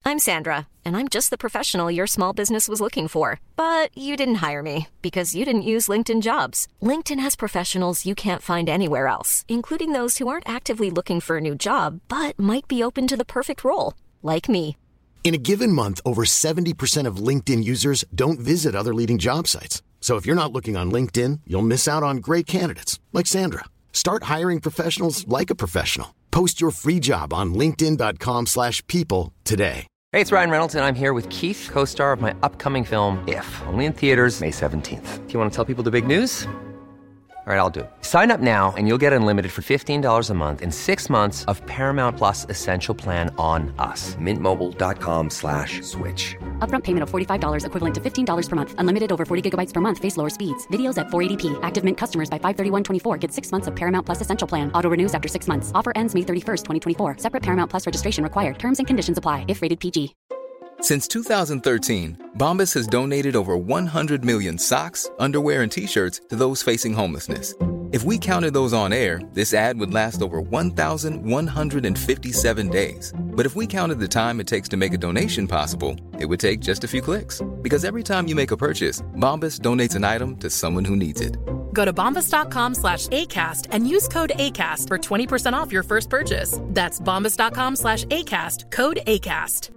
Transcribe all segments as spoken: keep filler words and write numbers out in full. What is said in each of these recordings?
I'm Sandra, and I'm just the professional your small business was looking for. But you didn't hire me because you didn't use LinkedIn Jobs. LinkedIn has professionals you can't find anywhere else, including those who aren't actively looking for a new job, but might be open to the perfect role, like me. In a given month, over seventy percent of LinkedIn users don't visit other leading job sites. So if you're not looking on LinkedIn, you'll miss out on great candidates like Sandra. Start hiring professionals like a professional. Post your free job on linkedin dot com slash people today. Hey, it's Ryan Reynolds, and I'm here with Keith, co-star of my upcoming film, If, only in theaters May seventeenth. Do you want to tell people the big news? All right, I'll do it. Sign up now and you'll get unlimited for fifteen dollars a month and six months of Paramount Plus Essential Plan on us. Mint Mobile dot com slash switch. Upfront payment of forty-five dollars equivalent to fifteen dollars per month. Unlimited over forty gigabytes per month. Face lower speeds. Videos at four eighty p. Active Mint customers by five thirty-one twenty-four get six months of Paramount Plus Essential Plan. Auto renews after six months. Offer ends May thirty-first, twenty twenty-four. Separate Paramount Plus registration required. Terms and conditions apply if rated P G. Since two thousand thirteen, Bombas has donated over one hundred million socks, underwear, and T-shirts to those facing homelessness. If we counted those on air, this ad would last over one thousand one hundred fifty-seven days. But if we counted the time it takes to make a donation possible, it would take just a few clicks. Because every time you make a purchase, Bombas donates an item to someone who needs it. Go to bombas dot com slash ACAST and use code ACAST for twenty percent off your first purchase. That's bombas dot com slash ACAST. Code ACAST.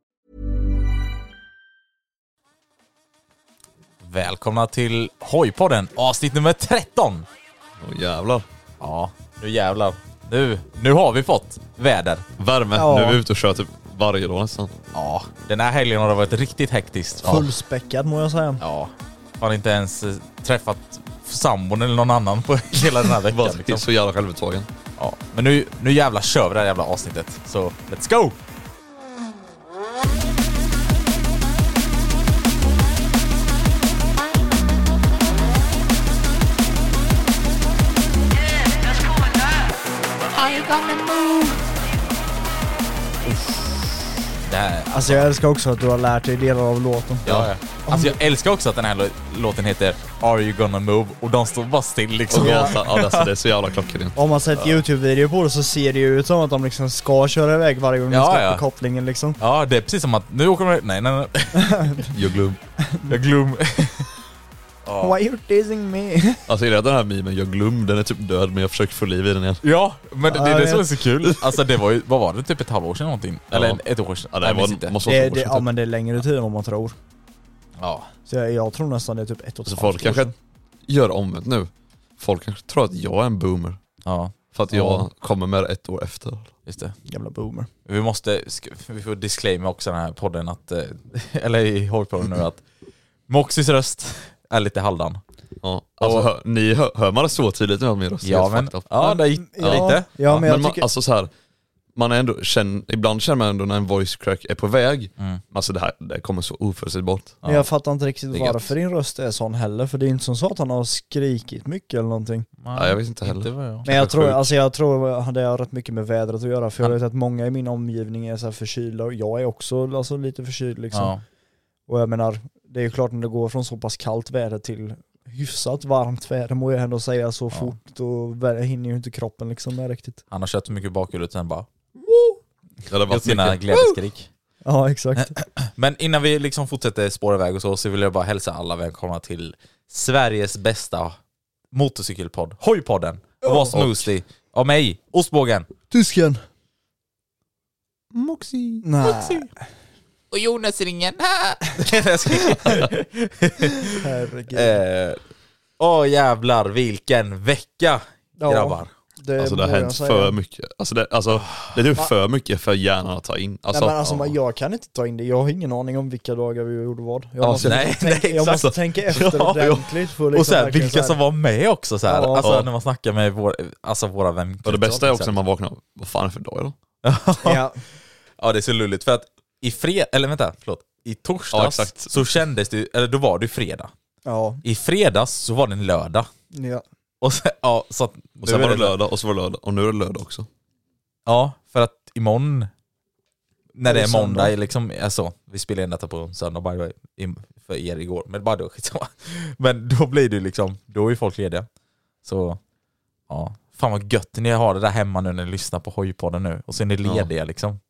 Välkomna till Hojpodden, avsnitt nummer tretton. Åh jävlar. Ja, nu jävlar. Nu, nu har vi fått väder. Värme, ja. Nu är vi ute och kör typ varje dag nästan. Ja, den här helgen har det varit riktigt hektiskt. Fullspäckad må jag säga. Ja, har inte ens eh, träffat sambon eller någon annan på hela den här veckan. Bara liksom. så jävla självupptagen. Ja, men nu, nu jävla kör vi det här jävla avsnittet. Så let's go! Här, alltså jag älskar också att du har lärt dig delar av låten. Ja, ja. Alltså jag älskar också att den här låten heter Are You Gonna Move? Och de står bara still liksom. Ja, ja alltså, det är så jävla klockrent. Om man sett ja. YouTube-video på det så ser det ju ut som att de liksom ska köra iväg varje gång de ja, ska ja. på kopplingen liksom. Ja, det är precis som att nu åker de... Nej, nej, nej. Jag glöm. Jag glöm. Oh. Why are you teasing me? Alltså är det den här memen, jag glöm, den är typ död men jag försöker få liv i den igen. Ja, men det, det är det som är så kul. Alltså det var ju, vad var det, typ ett halvår sedan någonting? Ja. Eller ett år sedan? Ja, det var, inte. måste det, vara ett år det, sedan, ja typ. men det är längre tid än vad man tror. Ja. Så jag, jag tror nästan det är typ ett och ett Så halvt folk kanske gör omvänt nu. Folk kanske tror att jag är en boomer. Ja. För att jag ja. kommer med ett år efter. Just det. Jävla boomer. Vi måste, vi får disclaimer också den här podden att, eller i Hojpodden nu att Moxys röst är lite halvdan. Ja, alltså hör, ni hör, hör man det så tydligt nu att min röst är ja, men, ja, det är ja, lite. Ja, men, men jag man, tycker... alltså så här, man är ändå känner, ibland känner man ändå när en voice crack är på väg. Mm. Alltså det här det kommer så oförutsägbart. Ja. Jag fattar inte riktigt varför gött. din röst är sån heller. För det är inte som så att han har skrikit mycket eller någonting. Ja, jag vet inte heller. Inte jag. Men jag tror, alltså jag tror det har rätt mycket med vädret att göra. För jag vet att många i min omgivning är så här förkylda. Och jag är också alltså, lite förkyld liksom. Ja. Och jag menar, det är ju klart när det går från så pass kallt väder till hyfsat varmt väder må jag ändå säga så ja. fort. Och hinner ju inte kroppen liksom med riktigt. Han har kört så mycket bakhjulet sen bara... Ja, det var sina glädjeskrik. Ja, exakt. Men innan vi liksom fortsätter spåra iväg och så, så vill jag bara hälsa alla välkomna till Sveriges bästa motorcykelpodd, Hojpodden. Och vad smoothly av mig, Ostbågen. Tysken. Moxie. Nej. Moxie. Och Jonas ringen. Herregud. eh, Åh jävlar, vilken vecka, ja. grabbar. Det alltså det har hänt för mycket. Alltså det, alltså, det är typ för mycket för hjärnan att ta in. Alltså, nej, men alltså, ja. jag kan inte ta in det. Jag har ingen aning om vilka dagar vi gjorde vad. Jag alltså, måste, nej, tänka, nej, jag måste tänka efter ja, ordentligt. För liksom och sen vilka så här, som var med också så här. Ja, alltså ja. när man snackar med vår, alltså, våra vänner. Och det bästa är också när man vaknar. Vad fan är det för dag då? ja. Ja, det är så lulligt. För att i fred... Eller vänta, förlåt. I torsdags ja, så kändes det... Eller då var det fredag. Ja. I fredags så var det en lördag. Ja. Och sen, ja, så att, och sen var det lördag och så var det lördag. Och nu är det lördag också. Ja, för att imorgon... När det är måndag, söndag. liksom... Alltså, vi spelar in detta på söndag, by the way, för er igår. Men bara då, skitsamma. Men då blir det liksom... Då är folk lediga. Så... Ja. Fan vad gött ni har det där hemma nu när ni lyssnar på Hojpodden nu. Och så är ni lediga ja. liksom.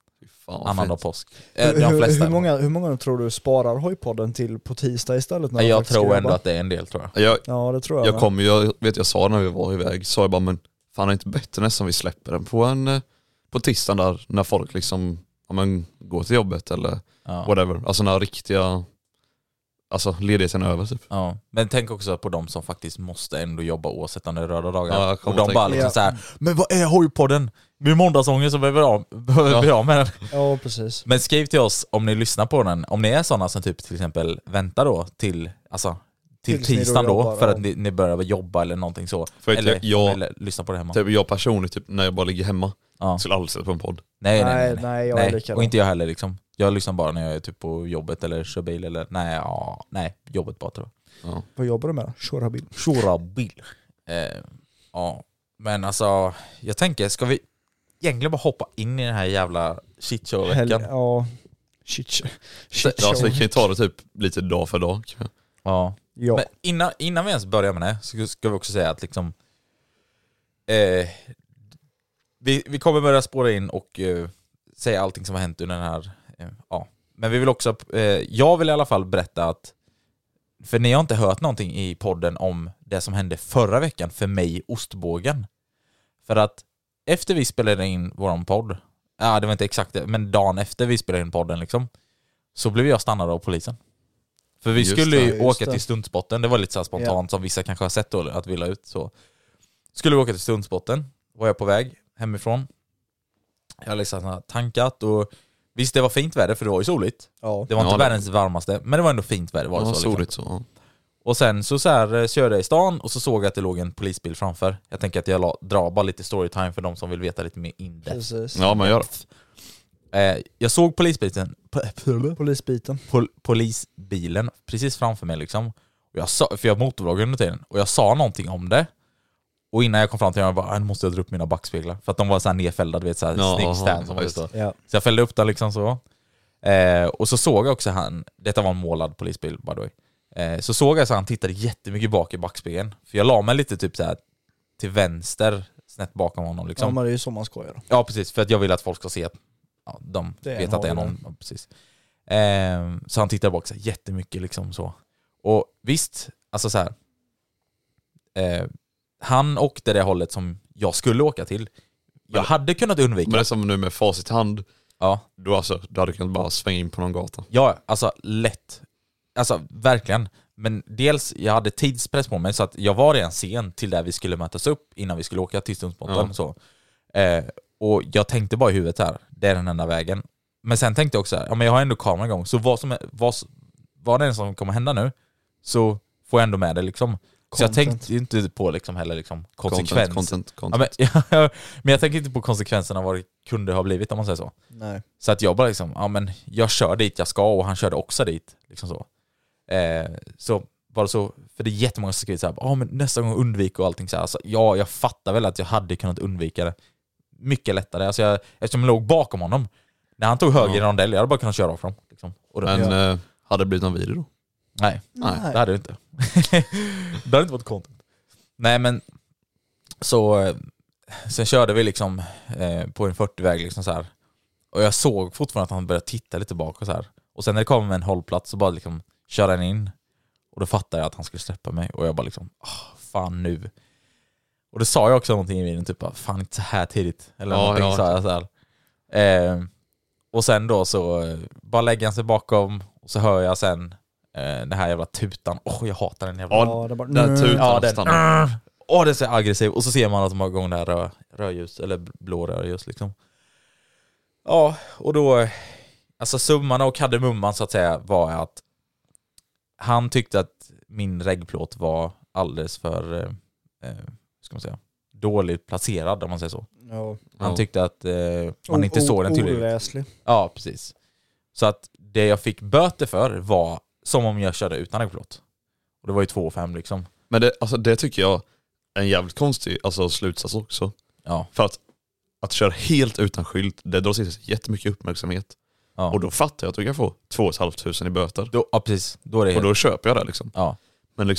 Fan, annandag fint. påsk. Hur, De hur, flesta. hur, många, hur många tror du sparar Hojpodden till på tisdag istället? När de Jag faktiskt tror ska ändå jobba? att det är en del, tror jag. Jag, Ja, det tror jag. jag med. kommer ju, jag vet jag sa när vi var iväg, sa jag bara men fan är det inte bättre nästan vi släpper den på en eh, på tisdagen där när folk liksom ja, men, går till jobbet eller Ja. whatever. Alltså när riktiga alltså ledigheten är över typ. Ja. Men tänk också på de som faktiskt måste ändå jobba oavsett om det är röda dagar. Ja, jag och kommer de tänka bara på liksom det. så här, men vad är Hojpodden? Med måndagsånger så behöver jag behöver Ja. jag med den. Ja, precis. Men skriv till oss om ni lyssnar på den. Om ni är sådana som typ till exempel väntar då till, alltså, till Tills ni då tisdagen då, jobbar, för ja. att ni, ni börjar jobba eller någonting så. För att eller, jag- jag- eller lyssna på det hemma. Typ jag personligen typ när jag bara ligger hemma Ja. skulle aldrig sätta på en podd. Nej, nej, nej. Nej, nej, jag är likadan. Och inte jag heller liksom. Jag lyssnar bara när jag är typ på jobbet eller kör bil eller nej, ja, nej, jobbet bara tror jag. Ja. Vad jobbar du med? Köra bil. Köra bil. Eh, ja, men alltså jag tänker, ska vi egentligen bara hoppa in i den här jävla shitshow-veckan? Ja. Shit. Shit Ja, så vi show. kan ju ta det typ lite dag för dag. Ja. Ja. Men innan, innan vi ens börjar med det så ska vi också säga att liksom eh, vi, vi kommer börja spåra in och eh, säga allting som har hänt under den här eh, ja. Men vi vill också eh, jag vill i alla fall berätta att för ni har inte hört någonting i podden om det som hände förra veckan för mig, ostbågen. För att efter vi spelade in våran podd, ja det var inte exakt det, men dagen efter vi spelade in podden liksom, så blev jag stannad av polisen. För vi Just skulle det, ju just åka det. till Stundspotten. Det var lite så här spontant som vissa kanske har sett då, att vi la ut så. Skulle vi åka till Stundspotten, var jag på väg hemifrån. Jag hade liksom tankat och visst det var fint väder för det var ju soligt. Ja. Det var inte Ja, det- världens varmaste, men det var ändå fint väder var det Ja, så, liksom. soligt så. Ja. Och sen så, så här, eh, körde jag i stan och så såg jag att det låg en polisbil framför. Jag tänker att jag la, drar bara lite storytime för de som vill veta lite mer in depth. Precis. Ja, man gör det. Eh, jag såg polisbilen, po- Polisbiten. pol, polisbilen precis framför mig liksom. Och jag sa, för jag motorvloggade under tiden. Och jag sa någonting om det. Och innan jag kom fram till det, jag bara, nu måste jag dra upp mina backspeglar. För att de var så här nedfällda, du vet, så här Ja, snygg aha, stand som ja, det just står. Ja. Så jag fällde upp den liksom så. Eh, och så såg jag också han, detta var en målad polisbil by the way. Eh, så såg jag så han tittade jättemycket bak i backspegeln. För jag la mig lite typ så här till vänster, snett bakom honom Ja, liksom. men det är ju så man ska göra. Ja, precis. För att jag vill att folk ska se att ja, de Det är vet en att det är Harley någon. Ja, precis. Eh, så han tittar bak så här, jättemycket liksom så. Och visst, alltså så här. Eh, han åkte det hållet som jag skulle åka till. Jag Men- hade kunnat undvika. Men det är som nu med facit i hand, Ja, då alltså, du hade kunnat bara svänga in på någon gata. ja, alltså lätt. Alltså verkligen. Men dels, jag hade tidspress på mig så att jag var redan sen till där vi skulle mötas upp innan vi skulle åka till Stundspotten. Ja. Så. Eh, och jag tänkte bara i huvudet här, det är den enda vägen. Men sen tänkte jag också här, ja men jag har ändå kameran igång, så vad som är, vad, vad det är som kommer hända nu, så får jag ändå med det liksom. Så jag Content. tänkte ju inte på liksom heller liksom konsekvens. Content, content, Ja, content. men, ja, men jag tänker inte på konsekvenserna av vad det kunde ha blivit om man säger så. Nej. Så att jag bara liksom, ja men jag kör dit jag ska och han körde också dit. Liksom så. Eh, så var det så, för det är jättemånga som skriver såhär, ja men nästa gång undvik och allting så här. Alltså, ja, jag fattar väl att jag hade kunnat undvika det mycket lättare. Alltså jag, eftersom jag låg bakom honom, när han tog höger i Ja. rondell, jag hade bara kunnat köra av dem. Liksom. Och då, Men ja. eh, hade det blivit någon video då? Nej, Nej. det hade det inte. Det hade inte varit content. Nej men, så eh, sen körde vi liksom eh, på en fyrtio-väg liksom så här. Och jag såg fortfarande att han började titta lite bak och så här. Och sen när det kom en hållplats så bara liksom körde han in. Och då fattade jag att han skulle släppa mig. Och jag bara liksom, oh, fan nu. Och då sa jag också någonting i videon, typ, fan inte så här tidigt. Eller Ja, någonting ja. sa jag så här. Eh, och sen då så eh, bara lägger han sig bakom. Och så hör jag sen eh, den här jävla tutan. Åh, oh, jag hatar den jävla... Ja, Ja, det är bara... den tutan Ja, den. stannar. Åh, det är så aggressiv. Och så ser man att de har igång det här rö, rödljus, eller blå rödljus liksom. Ja, och då, alltså summan och kardemumman så att säga var att han tyckte att min reggplåt var alldeles för, eh, ska man säga, dåligt placerad om man säger så. Ja. Han Ja. tyckte att eh, man inte såg den tillräckligt. Oläslig. Ja, precis. Så att det jag fick böter för var som om jag körde utan reggplåt. Och det var ju två fem liksom. Men det, alltså, det tycker jag är en jävligt konstig alltså, slutsats också. Ja, För att, att köra helt utan skylt, det drar sig jättemycket uppmärksamhet. ja. Och då fattar jag att du kan få två och ett halvt tusen i böter. Då, ja precis. Då är det Och helt... då köper jag det liksom. Ja. Men liksom,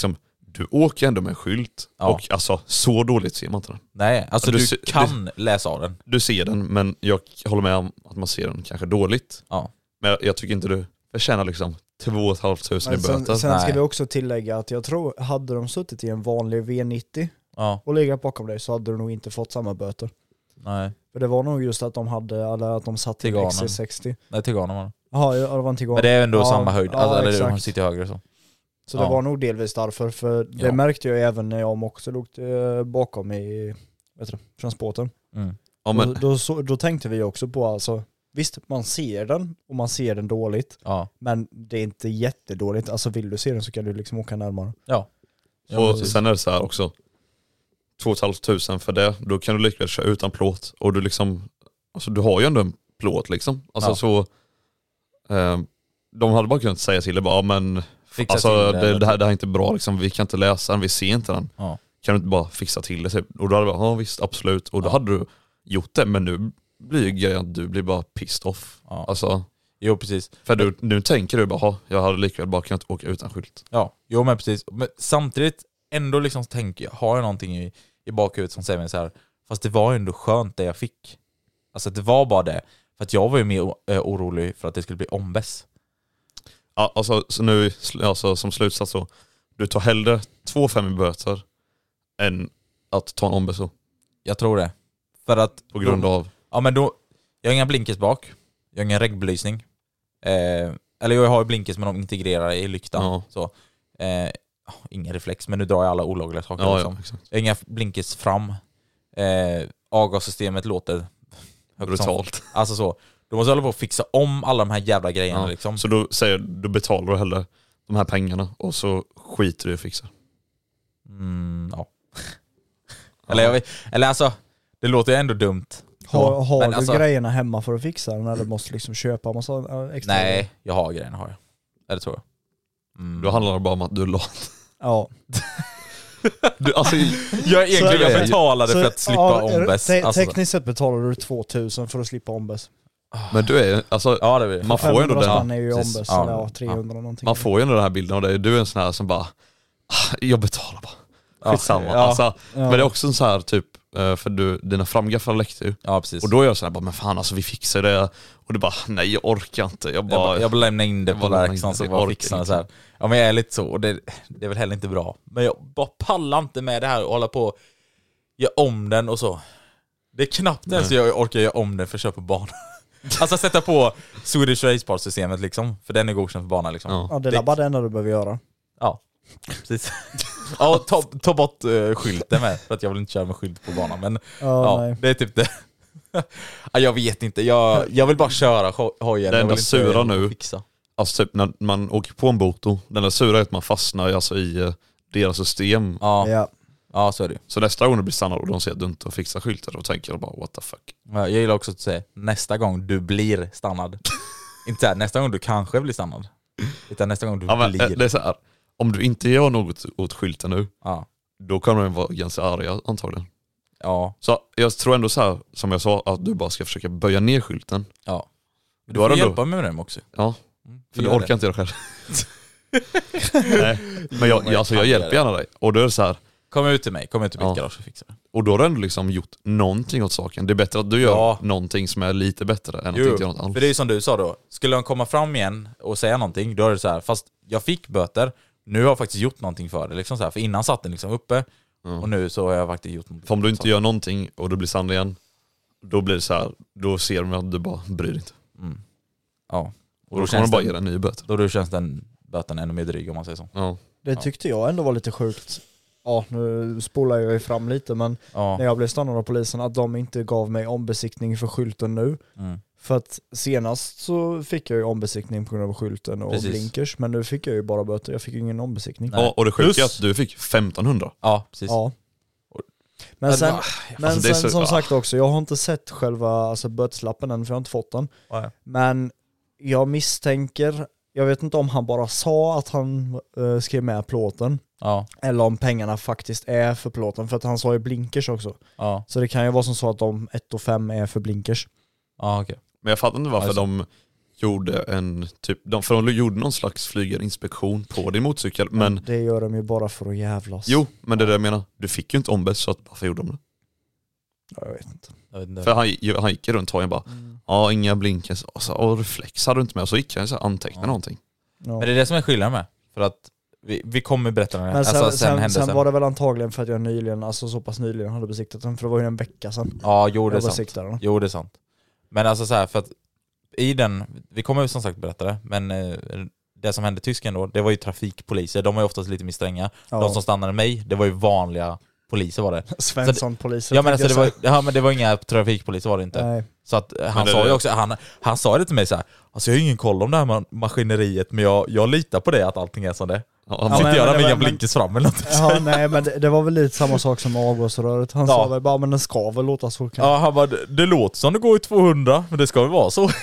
du åker ändå med en skylt. Ja. Och alltså, så dåligt ser man inte den. Nej, alltså du du, se- kan läsa av den. Du ser den, men jag håller med om att man ser den kanske dåligt. Ja. Men jag, jag tycker inte du förtjänar liksom två och ett halvt tusen i Men sen, böter. sen ska Nej. vi också tillägga att jag tror, hade de suttit i en vanlig V nittio Ja, och legat bakom dig så hade du nog inte fått samma böter. nej. För det var nog just att de hade, eller att de satt i Tiganen. X C sextio. Nej, till Ghana var det. Jaha, ja, det var en Tigan. Men det är ändå ja, samma höjd. Ja, alltså, eller exakt. hon sitter högre så. Så Ja. det var nog delvis därför, för det Ja. märkte jag även när jag också låg eh, bakom i vet du, transporten. Mm. Ja, men, Då, då, så, då tänkte vi också på, alltså, visst man ser den och man ser den dåligt, Ja. men det är inte jättedåligt. Alltså vill du se den så kan du liksom åka närmare. Ja. Ja, och precis. sen är det så här också, två och ett halvt tusen för det, då kan du likväl köra utan plåt. Och du liksom, alltså du har ju ändå en plåt liksom. Alltså Ja. så, eh, de hade bara kunnat säga till det bara, ja, men Fixa alltså till det, det, det, här, det här är inte bra liksom, vi kan inte läsa den, vi ser inte den. Ja. Kan du inte bara fixa till det? Typ? Och då hade jag bara, ja visst, absolut. Och då Ja. hade du gjort det, men nu blir ju grejen att du blir bara pissed off. Ja. Alltså, Jo, precis. för du, nu tänker du bara, jag hade likväl bara kunnat åka utan skylt. Ja, jo men precis. Men samtidigt ändå liksom tänker jag, har jag någonting i, i bakhuvudet som säger mig så här, fast det var ju ändå skönt det jag fick. Alltså det var bara det. För att jag var ju mer uh, orolig för att det skulle bli ombäs. Ja, alltså, så nu, alltså, som slutsats så, du tar hellre två fem i böter än att ta en ombeso. Jag tror det. För att... På grund då, av... Ja men då, jag har inga blinkers bak. Jag har ingen regbelysning. Eh, eller jag har ju blinkers men de integrerar i lyktan. Ja. Så, eh, ingen reflex, men nu drar jag alla olagliga saker. Ja, liksom. ja, exakt. Jag har inga blinkers fram. Eh, avgassystemet låter högt som- Brutalt. Alltså så. Du måste hålla på att fixa om alla de här jävla grejerna Ja. liksom. Så då säger du betalar du hellre de här pengarna och så skiter du i att fixa. Mm, ja. eller, jag vet, eller alltså, det låter ju ändå dumt. Har, har Men du alltså- grejerna hemma för att fixa den eller måste liksom köpa massa äh, extra? Nej, jag har grejerna har jag. Eller tror jag. Mm. Då handlar det bara om att du är lat. Ja. Du, alltså, Jag egentligen är det. jag betalade för att slippa ja, ombäs. te- Alltså, tekniskt sett betalar du tvåtusen för att slippa ombäs. men du är alltså, ja, det blir det. man får ju ändå femhundra den, spänn är ju precis. ombäs, Ja. eller ja, trehundra någonting. man får ju ändå den här bilden av dig. Du är en sån här som bara, "Ah, jag betalar bara. Ja. Skitsamma. Ja. Alltså, Ja. Men det är också en så här typ, eh, för du, dina framgafflar läckte ju. Ja, precis. Och då är jag så här, bara, men fan alltså vi fixar det. Och du bara, nej jag orkar inte. Jag jag, bara, bara, jag bara lämnar in det jag på bara lämnar in verkstaden det. så Jag bara orkar fixar det inte. så här. Ja men jag är lite så, och det, det är väl heller inte bra. Men jag bara pallar inte med det här och hålla på och göra om den och så. Det är knappt ens jag orkar göra om den för att köpa banan. Alltså sätta på Swedish Racebar-systemet liksom, för den är godkänd för banan liksom. Ja. Ja, det är bara det enda du behöver göra. Ja, precis. Ja, ta, ta bort uh, skylten med, för att jag vill inte köra med skylt på banan. Men Ja, ja, nej. det är typ det. Ja, jag vet inte, jag, jag vill bara köra ho- hojen. Det Jag enda vill inte sura nu- fixa. Alltså typ när man åker på en boto, den där sura är att man fastnar alltså, i eh, deras system. Ja, Ja. ja, så är det ju. Så nästa gång du blir stannad och de ser att du inte har fixat skyltar, då tänker jag bara what the fuck. Ja, Jag gillar också att säga nästa gång du blir stannad. Inte så här, nästa gång du kanske blir stannad. Utan nästa gång du Ja, men, blir. eh, det är så här, om du inte gör något åt skylten nu, Ja. då kommer de vara ganska arga antagligen. Ja. Så jag tror ändå så här, som jag sa, att du bara ska försöka böja ner skylten. Ja. Du Då har får du ändå- hjälpa mig med dem också. Ja, Mm, för vi du gör orkar det. inte göra själv. Nej, men jag, jag, alltså, jag hjälper gärna dig. Och då är det så här, Kom ut till mig, kom ut till mitt Ja. garage och fixa det. och då har du ändå liksom gjort någonting åt saken. Det är bättre att du gör Ja. någonting som är lite bättre än att Jo, inte göra något alls. för det är ju som du sa då. Skulle de komma fram igen och säga någonting, då är det så här, fast jag fick böter, nu har jag faktiskt gjort någonting för det. Liksom så här, för innan satt den liksom uppe, Mm. och nu så har jag faktiskt gjort någonting. För om du inte gör någonting och du blir sann igen, då blir det så här, då ser de att du bara bryr dig inte. Mm. Ja. Och Och då då, kommer de känns bara den, ge dig en ny böter. då, då känns den böten ännu mer dryg om man säger så. Ja. Det tyckte jag ändå var lite sjukt. Ja, nu spolar jag ju fram lite, men Ja. när jag blev stannad av polisen att de inte gav mig ombesiktning för skylten nu. Mm. För att senast så fick jag ju ombesiktning på grund av skylten och Precis. blinkers, men nu fick jag ju bara böter, jag fick ju ingen ombesiktning. Nej. Ja, och det sjuka är Plus- att du fick femtonhundra. Ja, precis. Ja. Och- Men sen, va- men Alltså, det är sen så- som ah. sagt också, jag har inte sett själva alltså, böteslappen än för jag har inte fått den. Nej. Men jag misstänker, jag vet inte om han bara sa att han uh, skrev med plåten, Ja, eller om pengarna faktiskt är för plåten, för att han sa ju blinkers också. ja, Så det kan ju vara som så att de ett och fem är för blinkers. ja, okej. Men jag fattar inte varför Alltså. de gjorde en typ, de, för de gjorde någon slags flygerinspektion på din motorcykel, men... men det gör de ju bara för att jävlas. Jo, men det är det jag menar. Du fick ju inte ombäst, så att, varför gjorde de det? Ja, jag vet inte. Jag vet inte. För han, han gick runt och bara, mm. ja, inga blinkers, och, så, och reflex hade du inte med, och så gick han så anteckna ja. någonting. Ja. Men det är det som är skillnaden med, för att vi, vi kommer berätta det. Men sen, alltså, sen, sen, sen var det väl antagligen för att jag nyligen, alltså så pass nyligen hade besiktat den, för det var ju en vecka sedan. Ja, jo det är sant. Jo, det är sant. Men alltså så här, för att i den, vi kommer ju som sagt berätta det, men eh, det som hände i Tyskland då, det var ju trafikpoliser, de var ju oftast lite mer stränga. Ja. De som stannade mig, det var ju vanliga poliser var det. Svensson-poliser. Ja men alltså det var, ja men det var inga trafikpoliser var det inte. Nej. Så att han det, sa ju också, han, han sa det till mig så här, alltså jag har ingen koll om det här maskineriet, men jag, jag litar på det att allting är som det. Ja, han ja, inte göra med inga blinkers fram eller något. Ja, nej men det, det var väl lite samma sak som avgasröret. Han ja. sa väl bara, men den ska väl låta så. Ja, han bara, det, det låter som det går i tvåhundra, men det ska väl vara så.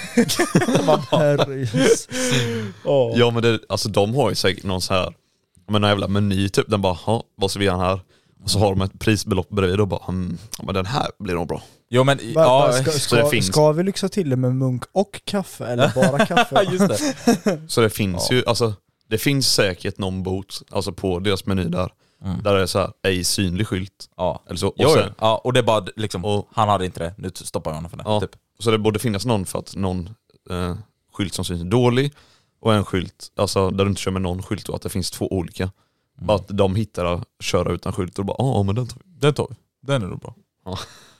oh. Ja men det, alltså de har ju säkert någon så här, men en jävla meny typ, den bara, ja, vad ska vi göra här? Och så har de ett prisbelopp bredvid och bara, hm, ja, men den här blir nog bra. Jo men, bara, ja, ska, ska, det finns... ska vi lyxa till det med munk och kaffe, eller bara kaffe? Just det. Så det finns ja. ju, alltså det finns säkert någon bot, alltså på deras meny där, mm. där det är så här, ej synlig skylt. Ja. Eller så, och, jo, sen, ja, och det är bara liksom, och, han hade inte det, nu stoppar jag honom för det. Ja, typ. Så det borde finnas någon för att någon eh, skylt som syns dålig, och en skylt, alltså där du inte kör med någon skylt, och att det finns två olika. Mm. Bara att de hittar köra utan skylt och bara, ja men den tar vi. Den tar vi, den är nog bra. Ja.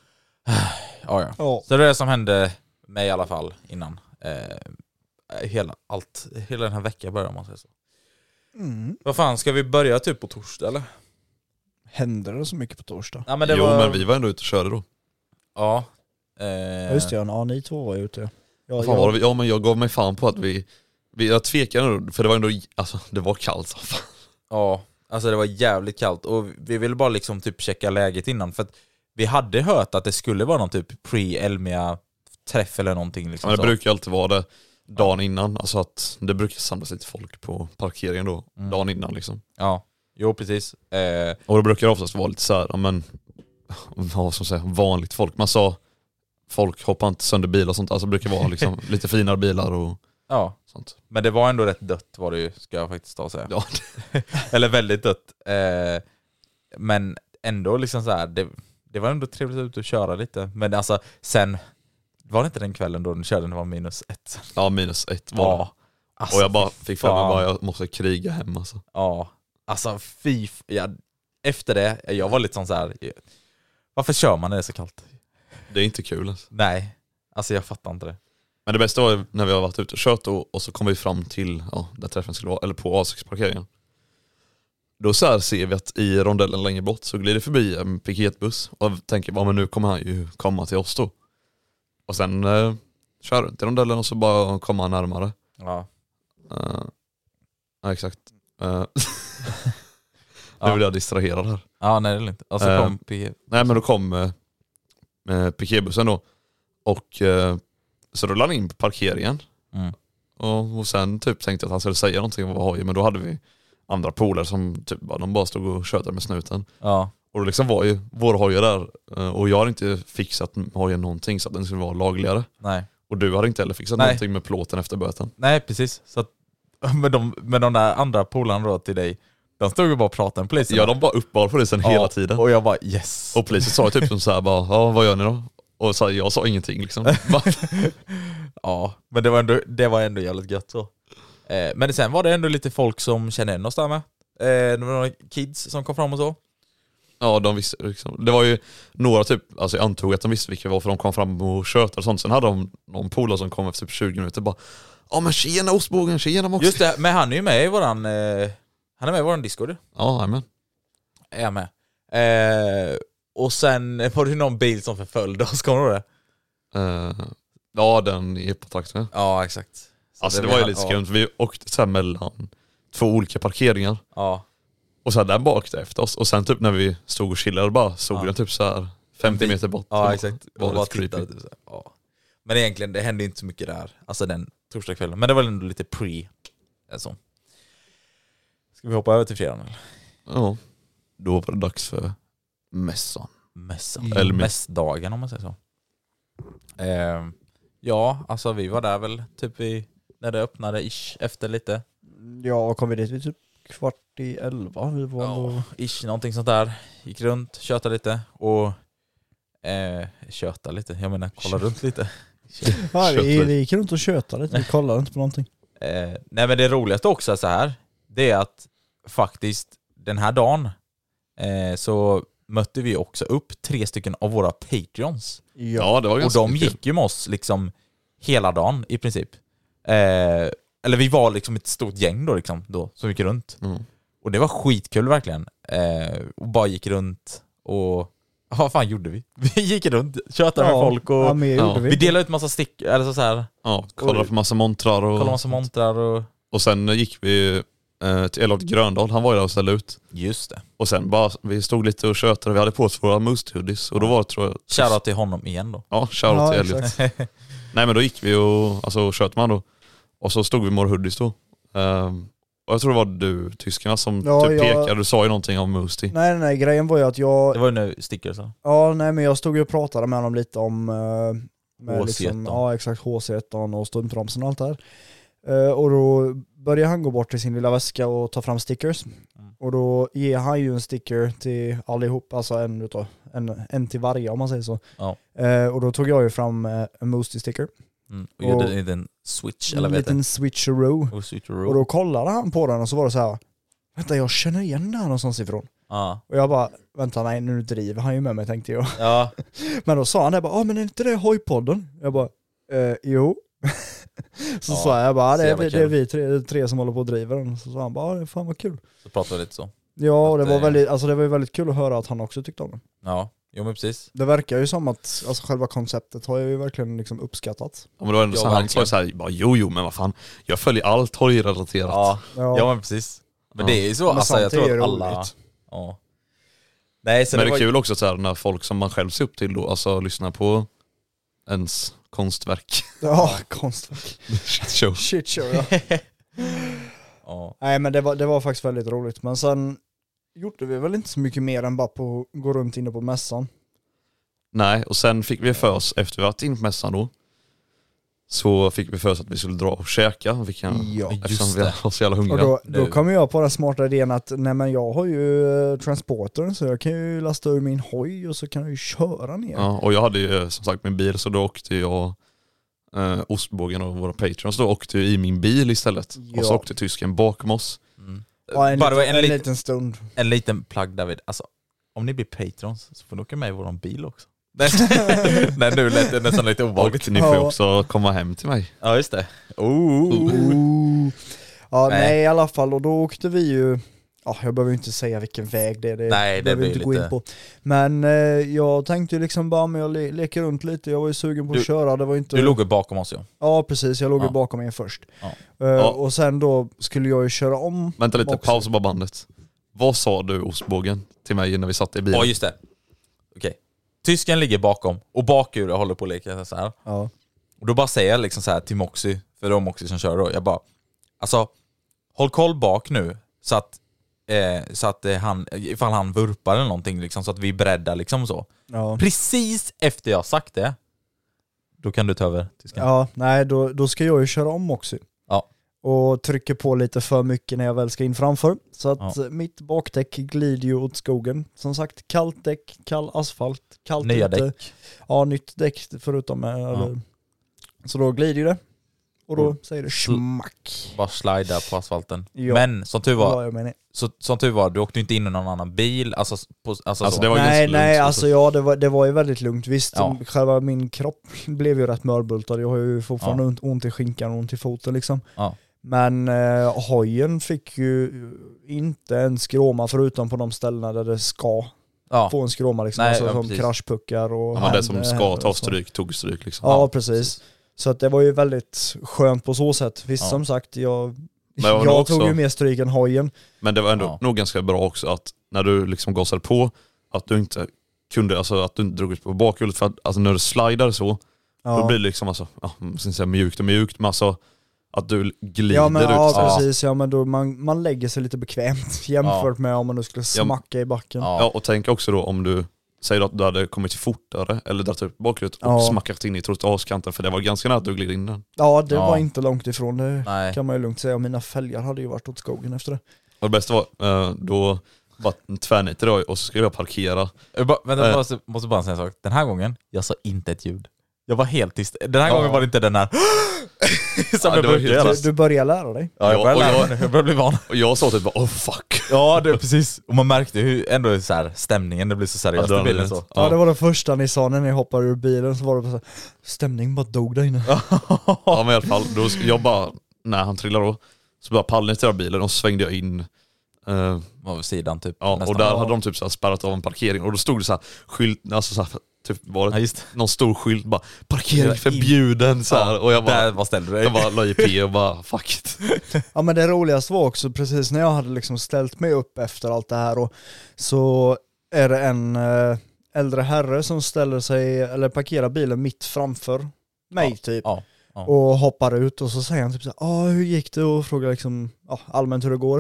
ja, ja. Oh. Så det är det som hände mig i alla fall innan. Eh, hela, allt, hela den här veckan börjar man säga så. Mm. Vad fan, ska vi börja typ på torsdag eller? Händer det så mycket på torsdag? Ja, men det jo var... men vi var ändå ute och körde då. Ja. Eh... Just det, ja, ni två var ute. Ja, fan, jag... var det? Ja men jag gav mig fan på att vi, vi jag tvekade, för det var ändå, alltså det var kallt så fan. Ja, alltså det var jävligt kallt, och vi ville bara liksom typ checka läget innan, för att vi hade hört att det skulle vara någon typ pre-Elmia träff eller någonting liksom. Ja, det så. brukar alltid vara det dagen innan, alltså att det brukar samlas lite folk på parkeringen då, mm. dagen innan liksom. Ja, jo precis. Eh... Och det brukar oftast vara lite så här, ja men, vad som säger, vanligt folk. Man sa, folk hoppar inte sönder bilar och sånt, alltså det brukar vara liksom lite finare bilar och ja, sånt. Men det var ändå rätt dött var det ju, ska jag faktiskt ta och säga. Ja. Eller väldigt dött. Eh, men ändå liksom så här, det, det var ändå trevligt ut att köra lite. Men alltså, sen var det inte den kvällen då den körde, det var minus ett. Ja, minus ett var ja. det. Alltså, och jag bara fick för mig bara, jag måste kriga hem alltså. Ja, alltså fy, ja, efter det, jag var lite sån så här, varför kör man när det är så kallt? Det är inte kul alltså. Nej, alltså jag fattar inte det. Men det bästa var när vi har varit ute och kört och, och så kom vi fram till, ja, där träffen skulle vara, eller på A sex-parkeringen. Då så här ser vi att i rondellen längre bort så glider förbi en piketbuss och tänker, ja men nu kommer han ju komma till oss då. Och sen eh, kör runt i rondellen och så bara kommer han närmare. Ja. Uh, ja, exakt. Uh, nu blir jag distraherad här. Ja, nej det är inte. Och så kom uh, P- Nej men då kom uh, piketbussen då. Och uh, så rullade han in på parkeringen. Mm. Och, och sen typ tänkte jag att han skulle säga någonting om vad hoj, men då hade vi andra polare som typ bara, de bara stod och tjötade med snuten. Ja. Och då liksom var ju vår hojar där, och jag hade inte fixat hojen någonting så att den skulle vara lagligare. Nej. Och du hade inte heller fixat Nej. någonting med plåten efter böten. Nej, precis. Så att, med, de, med de där andra polarna då till dig, de stod ju bara och pratade med polisen. Ja, de bara uppbar polisen ja, hela tiden. Och jag bara, yes. Och polisen sa typ som så här bara, ja vad gör ni då? Och så, jag sa ingenting liksom. Ja, men det var ändå, det var ändå jävligt gött så. Eh, men sen var det ändå lite folk som kände igen oss där med. Eh, det var några kids som kom fram och så. Ja, de visste liksom. Det var ju några typ, alltså jag antog att de visste vilka var för de kom fram och tjötade och sånt. Sen hade de någon polare som kom efter typ tjugo minuter bara, ja men tjena ostbågen, tjena också. Just det, men han är ju med i våran, eh, han är med i våran Discord. Ja, amen. Är jag med. Eh, och sen var det någon bil som förföljde oss, kommer du det? Uh, ja, den är på trakten. Ja, exakt. Så alltså det, det var ju lite skumt, ja. Vi åkte så här mellan två olika parkeringar. Ja. Och så här den bakte efter oss. Och sen typ när vi stod och chillade bara såg ja. den typ så här femtio meter bort. Ja, exakt. Var bara tittade, typ så här. Ja. Men egentligen, det hände inte så mycket där. Alltså den torsdagskvällen. Men det var ändå lite pre. Alltså. Ska vi hoppa över till fredagen eller? Ja. Då var det dags för mässan. Mässan. Eller mässdagen om man säger så. Eh, Ja, alltså vi var där väl typ i, när det öppnade ish efter lite. Ja, kom vi dit vid typ kvart i elva. Vi var Ja, ändå... ish, någonting sånt där. Gick runt, tjötade lite och eh, tjöta lite, jag menar kolla runt lite. Ja, vi, vi gick runt och tjötade lite, vi kollade inte på någonting. Eh, nej men det roligaste också är så här, det är att faktiskt den här dagen eh, så mötte vi också upp tre stycken av våra Patreons. Ja, det var och ganska de kul. gick ju med oss liksom hela dagen i princip. Eh, eller vi var liksom ett stort gäng då liksom då, som gick runt. Mm. Och det var skitkul verkligen. Eh, och bara gick runt och ja, vad fan gjorde vi? Vi gick runt, tjötade Ja, med folk och ja, men Ja. gjorde vi. vi delade ut massa stick eller så här. Ja, kollade på massa montrar och, Kollade massa montrar och och sen gick vi eh, till Elliot Gröndal, han var ju där och ställde ut. just det. Och sen bara, vi stod lite och tjötade, vi hade på oss våra Moose hoodies och då var det, tror jag... Shoutout till honom igen då. Ja, shoutout Ja, till Elliot. exakt. Nej men då gick vi och, alltså tjöt man då. Och så stod vi med våra hoodies då. Um, och jag tror det var du, tyskarna, som Ja, typ jag- pekade, du sa ju någonting om Moose till. Nej, nej, nej, grejen var ju att jag... Det var ju nu stickers så. Ja, nej, men jag stod ju och pratade med honom lite om... Uh, med H C ett. liksom, ja, exakt, H C ett och stumpbromsen och allt det här. Uh, och då började han gå bort till sin lilla väska och ta fram stickers. Mm. Och då ger han ju en sticker till allihop, alltså en, utav, en, en till varje om man säger så. Ja. Uh, och då tog jag ju fram uh, en Moosty sticker. Mm. Och, Och- gjorde en liten switch eller En vet liten switcheroo. jag. Och switch Och då kollade han på den och så var det så här: vänta, jag känner igen den här någonstans ifrån. Ja. Och jag bara, vänta, nej, nu driver han ju med mig, tänkte jag. Ja. Men då sa han det bara, ja men är inte det Hojpodden? Jag bara, eh, jo. Så Ja, sa jag bara, det så är, jävla vi- det är kul. vi tre, tre som håller på att driva den. Så sa han bara, ja, det är fan vad kul. Så pratade vi lite så. Ja, och det Att, var eh, väldigt, alltså det var ju väldigt kul att höra att han också tyckte om den. Ja, jo men precis. Det verkar ju som att, alltså själva konceptet har jag ju verkligen liksom uppskattat. Ja, men då var ändå Ja, så han verkligen. sa ju såhär, bara, jo jo men vad fan, jag följer allt hojrelaterat. Ja. Ja, Ja men precis. Men Ja. det är ju så, men alltså sånt jag är tror ju att alla... roligt. Ja. Nej så Men det det var är kul också så här, när folk som man själv ser upp till då, alltså lyssnar på ens konstverk. Ja, konstverk. Shit show. Shit show, ja. Ja. Nej men det var, det var faktiskt väldigt roligt. Men sen gjorde vi väl inte så mycket mer än bara på gå runt inne på mässan. Nej, och sen fick vi för oss, efter vi varit in på mässan då, så fick vi för oss att vi skulle dra och käka. Vi kan, Ja, eftersom just vi det. var så jävla Och hungriga. då, då Nu. kom jag på den smarta idén att nej men jag har ju eh, transportern så jag kan ju lasta ur min hoj och så kan jag ju köra ner. Ja, och jag hade ju som sagt min bil, så då åkte jag eh, Ostbågen och våra patrons då åkte i min bil istället. Ja. Och så åkte tysken bakom oss. Mm. Ja, en, Bara liten, en, en, lit, liten stund. en liten plugg David, alltså om ni blir patrons så får ni åka med i våran bil också. Nej, Nej nu lät det nästan lite obehagligt. Och ni får ju Ja. också komma hem till mig. Ja just det. Oh. Ooh. Ja Nej. nej. i alla fall, och då åkte vi ju, ja jag behöver inte säga vilken väg det är, det Nej, det behöver vi blir inte gå lite- in på. Men eh, jag tänkte ju liksom bara med att le- leka runt lite, jag var ju sugen på Du- att köra, det var inte... Du låg ju bakom oss ju. Ja precis, jag låg ju Ja. bakom er först. Ja. Eh, Ja. Och sen då skulle jag ju köra om. Vänta lite, också. pausa bara bandet. Vad sa du Ostbågen till mig när vi satt i bilen? Ja just det. Okej. Tysken ligger bakom och bakhjulet håller på att leka så här. Ja. Och då bara säger jag liksom så här till Moxie, för det var Moxie som kör då. Jag bara, alltså håll koll bak nu så att eh, så att eh, han, ifall han vurpar eller någonting liksom, så att vi är beredda liksom så. Ja. Precis efter jag sagt det, då kan du ta över tysken. Ja, nej då, då ska jag ju köra om också. Ja. Och trycker på lite för mycket när jag väl ska in framför. Så att Ja. eh, mitt bakdäck glider ju åt skogen. Som sagt, kallt däck, kall asfalt, kallt Nya ute. däck. Ja, nytt däck förutom. eh, Eller. Så då glider ju det. Och då Och säger det smack. Bara slida på asfalten. Ja. Men som tur var, Ja, jag menar. så, som tur var, du åkte inte in i någon annan bil. Alltså, på, alltså, Alltså, så. det var Nej, ganska nej, lugnt. alltså ja, det var, det var ju väldigt lugnt. Visst, Ja. själva min kropp blev ju rätt mörbultad. Jag har ju fortfarande Ja. ont, ont i skinkan och ont i foten liksom. Ja. Men eh, hojen fick ju inte en skråma förutom på de ställena där det ska Ja. få en skråma liksom. Nej, alltså, ja, som precis. kraschpuckar och Ja, men det som hand- ska ta och så. stryk tog stryk liksom. Ja, Ja, precis. Så att det var ju väldigt skönt på så sätt. Visst, Ja. som sagt, jag, Men det var nog jag också- tog ju mer stryk än hojen. Men det var ändå Ja. nog ganska bra också att när du liksom gasade på, att du inte kunde, alltså att du inte drog ut på bakhjulet, för att alltså, när du slidar så, Ja. då blir det liksom alltså, ja, jag ska inte säga mjukt och mjukt, men alltså att du glider Ja men ut. ja, så här. precis, ja men då man, man lägger sig lite bekvämt jämfört med om man nu skulle smacka i backen. Ja. Ja, och tänk också då om du säger du att du hade kommit fortare eller dragit upp bakrutet och Ja. smackat in i trottoarskanten, för det var ganska nära att du gled in den. Ja, det Ja. var inte långt ifrån det. Nej. Kan man ju lugnt säga. Och mina fälgar hade ju varit åt skogen efter det. Och det bästa var, eh, då var en tvärnit idag och så skulle jag parkera. Jag bara, vänta, Eh. jag måste, måste bara säga en sak. Den här gången, jag sa inte ett ljud. Jag var helt tyst. Den här Ja. gången var det inte den här som Ja, jag det var brukar helt göra. tyst. Du, du börjar lära dig. Ja, jag Ja, börjar och lära jag- mig nu. Jag börjar bli van. Och jag sa typ bara, oh fuck. Ja, det är precis. Och man märkte hur ändå så här, stämningen, det blev så seriöst i bilen så. Ja. Det var det första ni sa när ni hoppade ur bilen, så var det bara så här, stämning bara dog där inne. Ja men i alla fall, då sk- jag bara, när han trillade då, så bara pallade till bilen och så svängde jag in. eh, Av sidan typ. ja, nästan. och där hade de typ så här spärrat av en parkering och då stod det så här skylt, alltså så här, typ var det Ja, just. någon stor skylt bara parkering förbjuden så här, och jag bara, Där var ställde du dig. jag bara la i P och bara fuck it. Ja, men det roligaste var också precis när jag hade liksom ställt mig upp efter allt det här, och så är det en eh, äldre herre som ställer sig, eller parkerar bilen mitt framför mig Ja, typ. ja, ja. Och hoppar ut och så säger han typ så här, ah, hur gick det? Och frågar liksom ja, allmänt hur det går.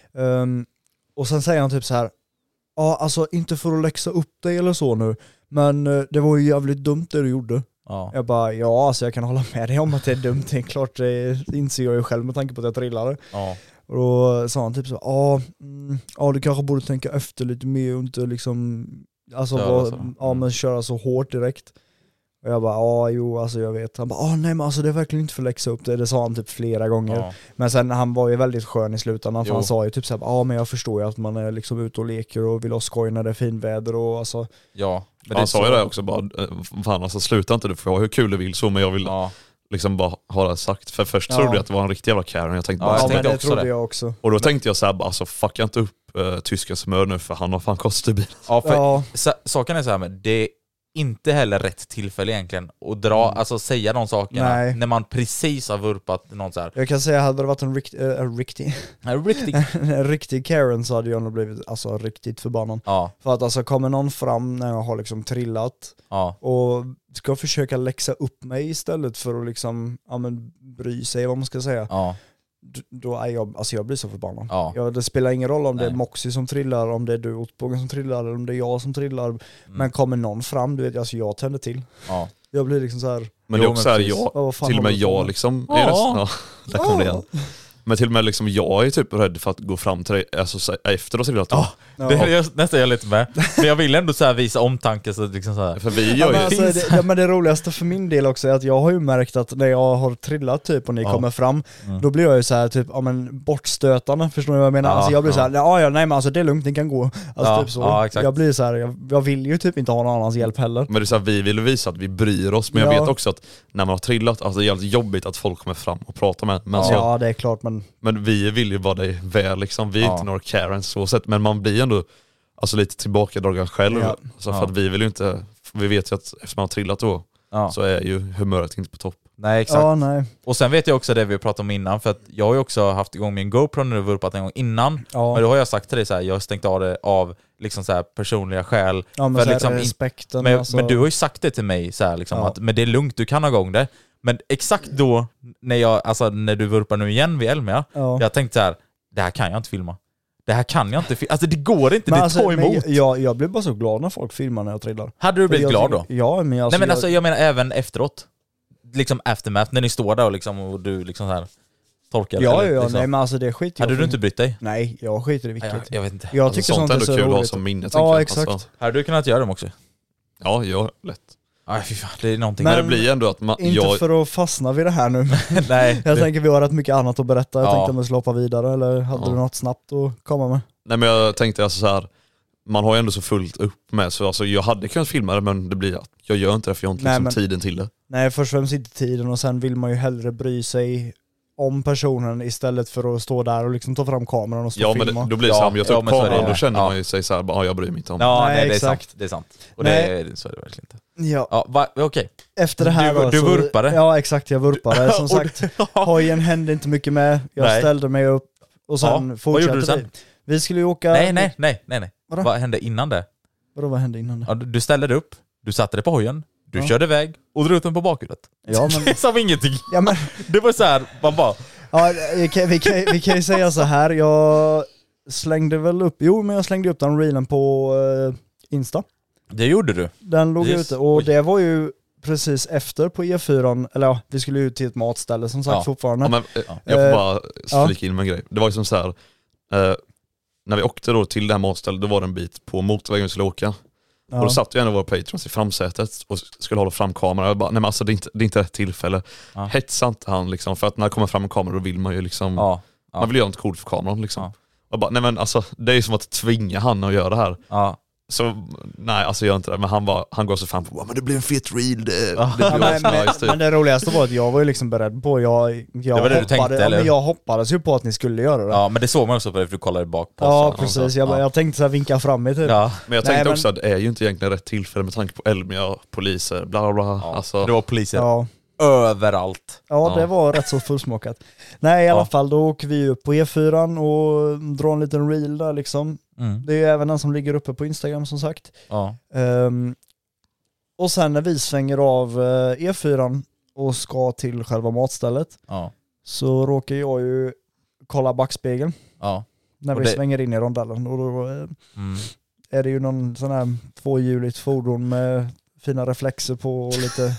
Um, och sen säger han typ så här, ja ah, alltså inte för att läxa upp dig eller så nu, men uh, det var ju jävligt dumt det du gjorde. Ja. Jag bara, ja alltså jag kan hålla med dig om att det är dumt, det är klart, det inser jag ju själv med tanke på att jag trillade. Ja. Och då sa han typ så, ja ah, mm, ah, du kanske borde tänka efter lite mer och inte liksom, alltså Köra var, så. Mm. ja, men köra så hårt direkt. Och jag bara, ja jo alltså jag vet. Han bara, ah, nej men alltså det är verkligen inte för att läxa upp det. Det sa han typ flera gånger. Ja. Men sen han var ju väldigt skön i slutändan, för Jo. han sa ju typ så här, ja ah, men jag förstår ju att man är liksom ute och leker och vill ha skoj när det är finväder och alltså. Ja. Men Han är sa så- ju det också bara, eh, fan alltså sluta inte, du får ha hur kul du vill så, men jag vill Ja. liksom bara ha det sagt. För först Ja. trodde jag att det var en riktig jävla Karen, jag tänkte Ja, bara, jag Ja men tänkte det också trodde det. jag också. och då tänkte jag så här, bara, alltså fucka inte upp uh, tyska smör nu, för han har fan kostat bilen. Ja, för Ja. sa- saken är så här med, det är inte heller rätt tillfälle egentligen att dra, alltså säga de sakerna Nej. när man precis har vurpat någon så här. Jag kan säga, hade det varit en rikt, äh, en riktig, Riktigt. en riktig Karen så hade jag nog blivit alltså riktigt förbannad. Ja, För att alltså kommer någon fram när jag har liksom trillat ja, och ska försöka läxa upp mig istället för att liksom, ja men bry sig vad man ska säga. ja, D- Då är jag, alltså jag blir så förbannad. ja. Ja, det spelar ingen roll om det är Nej. Moxie som trillar, om det är du Otbågen som trillar, eller om det är jag som trillar. Mm. Men kommer någon fram, du vet, alltså jag tänder till. ja. Jag blir liksom så här. Men Jo, det är också så här, men precis. jag, Ja, vad fan till och med håller du på jag med? liksom, Ja. är nästan, ja, där kom det Ja. igen. Men till och med liksom jag är typ rädd för att gå fram till dig, alltså så här, efter att ha trillat. Ja. Ja. Det är jag, nästan jag lite med. Men jag vill ändå så här visa omtanke så att liksom så här. För vi Ja, gör men, ju, alltså, det, ja, men det roligaste för min del också är att jag har ju märkt att när jag har trillat typ och ni Ja. kommer fram, Mm. då blir jag ju så här typ, ja men bortstötande, förstår ni vad jag menar? Ja, alltså jag blir ja. så här, ja ja nej men alltså det är lugnt, ni kan gå. Alltså Ja, typ så. ja, exakt. Jag blir så här, jag, jag vill ju typ inte ha någon annans hjälp heller. men det är så här, vi vill visa att vi bryr oss, men jag Ja. vet också att när man har trillat, alltså det är jävligt jobbigt att folk kommer fram och pratar med. Men, Ja, så, det är klart, men men vi vill ju bara dig väl liksom, vi är Ja. inte några Karens så sätt, men man blir ändå alltså lite tillbakadragen själv. Ja. Så för Ja. att vi vill ju inte, vi vet ju att efter man har trillat då, Ja. så är ju humöret inte på topp. Nej, exakt. ja nej. Och sen vet jag också det vi pratade om innan, för att jag har ju också haft igång min GoPro när du vurpat en gång innan. Ja. Men då har jag sagt till dig så här, jag har stängt av det av liksom så här personliga skäl. Ja men För så här, liksom in- respekten Men, alltså. men du har ju sagt det till mig så här, liksom, Ja. att men det är lugnt, du kan ha igång det. Men exakt då, när, jag, alltså, när du vurpar nu igen vid Elmia, Ja. jag tänkte så här, det här kan jag inte filma. Det här kan jag inte filma. Alltså det går inte, Men det alltså, tar men emot. jag, jag, jag blir bara så glad när folk filmar när jag trillar. Hade du blivit jag, glad då? Ja men alltså, Nej men jag, alltså jag menar även efteråt. Liksom aftermath, när ni står där och, liksom, och du liksom så här torkar. Ja eller ja, liksom. nej men alltså det skiter jag Hade för. du inte brytt dig? Nej, jag skiter i Jag, vilket. jag vet inte. Jag Alltså, tycker sånt sånt är är ändå så kul att ha roligt. som minne, tänker Ja jag. exakt. Alltså, Hade du kunnat göra dem också? ja, ja, lätt. Nej fy fan, det är någonting. Men, Men- det blir ändå att man, Inte jag, för att fastna vid det här nu. Men Nej. jag det- tänker vi har rätt mycket annat att berätta. Jag Ja. tänkte om vi skulle hoppa vidare, eller hade Ja. du något snabbt att komma med? nej men jag tänkte alltså så här, man har ju ändå så fullt upp med, så alltså, jag hade kunnat filma det, men det blir att jag gör inte det, för jag har inte Nej, liksom men- tiden till det. Nej, först och främst inte tiden, och sen vill man ju hellre bry sig om personen istället för att stå där och liksom ta fram kameran och stå Ja och men filma. det, då blir det Ja, så här, om jag tar ja, upp men så är det kameran, ju. då känner Ja. man ju sig så här, bara, ja, jag bryr mig inte om. Ja, Nej, nej, det är exakt. sant. Det är sant. Och Nej. det är, så är det verkligen inte. Ja. Ja, va, okej. Efter det här Du- då, du så, vurpade? Ja exakt, jag vurpade. Som Och- sagt, hojen hände inte mycket med. Jag Nej. ställde mig upp och sen Ja, vad fortsatte gjorde du sen? vi. Vi skulle ju åka... Nej, nej, nej, nej, nej. Vadå? Vad hände innan det? Vadå, vad hände innan det? Ja, du du ställde dig upp, du satte dig på hojen, du Ja. körde iväg och drog ut den på bakhuvudet. Ja men... Det är som ingenting. Ja, men Det var så här, man bara... ja, vi, kan, vi, kan, vi kan ju säga så här. Jag slängde väl upp... Jo, men jag slängde upp den reelen på uh, Insta. Det gjorde du. Den låg Yes. ute och Oj. det var ju precis efter på E fyra, eller ja, vi skulle ut till ett matställe som sagt Ja. fortfarande. Ja, men, Ja. jag får Eh, bara flika in med en grej. Det var ju som så här, eh, när vi åkte då till det här matstället, då var det en bit på motorvägen vi skulle åka. Ja. Och då satt ju en av våra patrons i framsätet och skulle hålla fram kameran. Jag bara, nej men alltså det är inte, det är inte rätt tillfälle. Ja. Hetsa inte han liksom, för att när det kommer fram en kamera då vill man ju liksom, Ja. Ja. man vill göra något coolt för kameran liksom. Ja. Jag bara, nej men alltså det är ju som att tvinga han att göra det här. Ja. Så nej, alltså gör inte det. Men han, var, han går så fram på, men det blir en fet reel. Det, Ja. det Ja, blir men, nice, men, typ. men det roligaste var att jag var ju liksom beredd på, jag, jag, Det var det du hoppade, tänkte, ja, eller? men jag hoppades ju på att ni skulle göra det. Ja, men det såg man också på det för du kollade bak på Ja, oss. precis. Jag, ja. jag tänkte så här vinka fram i typ. Ja. Men jag Nej, tänkte men- också att det är ju inte egentligen rätt tillfälle med tanke på Elmia, poliser, bla bla bla. Ja. Alltså, Det var poliser Ja. överallt. Ja, det Ja. var rätt så fullsmakat. Nej, i alla Ja. fall, då åker vi upp på E fyra och drar en liten reel där liksom. Mm. Det är ju även den som ligger uppe på Instagram som sagt. Ja. Ehm, och sen när vi svänger av eh, E fyra och ska till själva matstället Ja. så råkar jag ju kolla backspegeln Ja. när Och vi det- svänger in i rondellen. Och då eh, Mm. är det ju någon sån här tvåhjuligt fordon med fina reflexer på och lite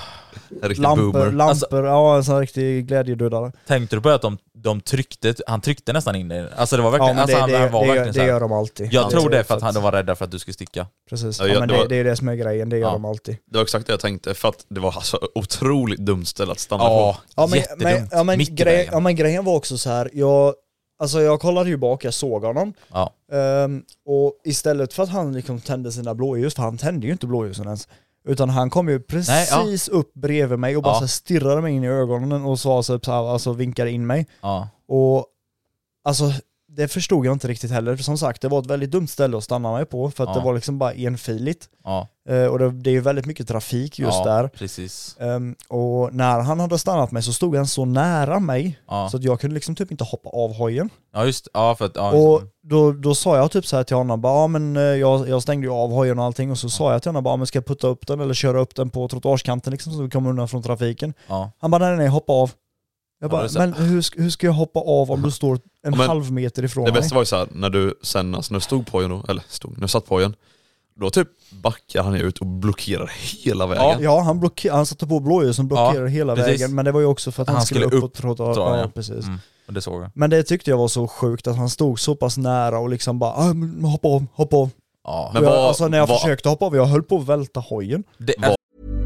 en riktig lampor, boomer. lampor Alltså- ja en sån riktig glädjedödare. Tänkte du på att de, de tryckte, han tryckte nästan in dig? Alltså det var verkligen, Ja, men alltså det, han, det, han var det, verkligen det, så här. gör de alltid. Jag Ja, tror det är för så att han de var rädda för att du skulle sticka. Precis, Ja, ja, jag- men det det, var- det är det som är grejen, det gör Ja. de alltid. Det var exakt det jag tänkte, för att det var alltså otroligt dumt ställe att stanna Ja, på. Ja men, jättedumt. men, ja, men, Mitt i grej, vägen. ja men grejen var också så här. Jag, alltså jag kollade ju bak, jag såg honom. Ja. Ehm, och istället för att han liksom tände sina blåljus, för han tände ju inte blåljusen ens. Utan han kom ju precis Nej, upp bredvid mig och bara Ja. så här stirrade mig in i ögonen och sa så här, alltså vinkade in mig. Ja. Och alltså det förstod jag inte riktigt heller. För som sagt, det var ett väldigt dumt ställe att stanna mig på för att Ja. det var liksom bara enfiligt. Ja. Ehm, och det, det är ju väldigt mycket trafik just ja, där. precis. Ehm, och när han hade stannat mig så stod han så nära mig Ja. så att jag kunde liksom typ inte hoppa av hojen. Ja just ja för att, ja, Och just- då, då sa jag typ så här till honom, bara, ja, men eh, jag, jag stängde ju av hojen och allting och så sa jag till honom, bara, ja, men ska jag putta upp den eller köra upp den på trottoarskanten liksom så vi kommer undan från trafiken. ja. Han bara, nej nej, hoppa av. Jag Ja, bara, det är så- men hur, sk- hur ska jag hoppa av om du står en Ja, men halv meter ifrån Det mig? bästa var ju såhär, när du sen, alltså när du stod på hojen då, eller stod, när du satt på hojen, då typ backar han ut och blockerar hela vägen. Ja, han, blocke- han satte på blåljus som blockerade hela precis. vägen, men det var ju också för att han, Han skulle, skulle upp upp på trottoar. trottoaren, Ja, ja. precis. Mm. Och det såg jag. Men det tyckte jag var så sjukt att han stod så pass nära och liksom bara, ah, men hoppa av, hoppa av. Ja. Men Och jag, vad- alltså när jag vad- försökte hoppa av, jag höll på att välta hojen. Det, Vad-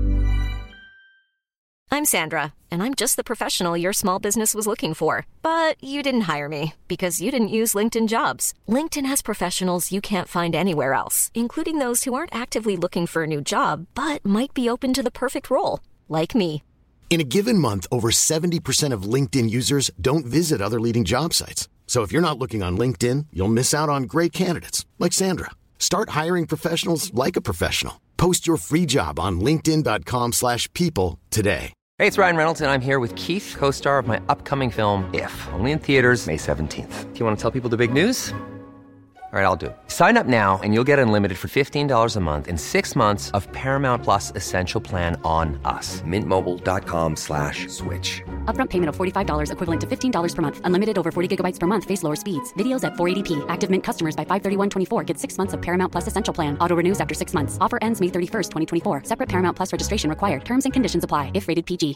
I'm Sandra, and I'm just the professional your small business was looking for. But you didn't hire me because you didn't use LinkedIn Jobs. LinkedIn has professionals you can't find anywhere else, including those who aren't actively looking for a new job but might be open to the perfect role, like me. In a given month, over seventy percent of LinkedIn users don't visit other leading job sites. So if you're not looking on LinkedIn, you'll miss out on great candidates like Sandra. Start hiring professionals like a professional. Post your free job on linkedin dot com slash people today. Hey, it's Ryan Reynolds, and I'm here with Keith, co-star of my upcoming film, If, only in theaters May seventeenth. Do you want to tell people the big news? All right, I'll do it. Sign up now and you'll get unlimited for fifteen dollars a month and six months of Paramount Plus Essential Plan on us. Mint Mobile dot com slash switch. Upfront payment of forty-five dollars equivalent to fifteen dollars per month. Unlimited over forty gigabytes per month. Face lower speeds. Videos at four eighty p. Active Mint customers by five thirty-one twenty-four get six months of Paramount Plus Essential Plan. Auto renews after six months. Offer ends May thirty-first, twenty twenty-four. Separate Paramount Plus registration required. Terms and conditions apply if rated P G.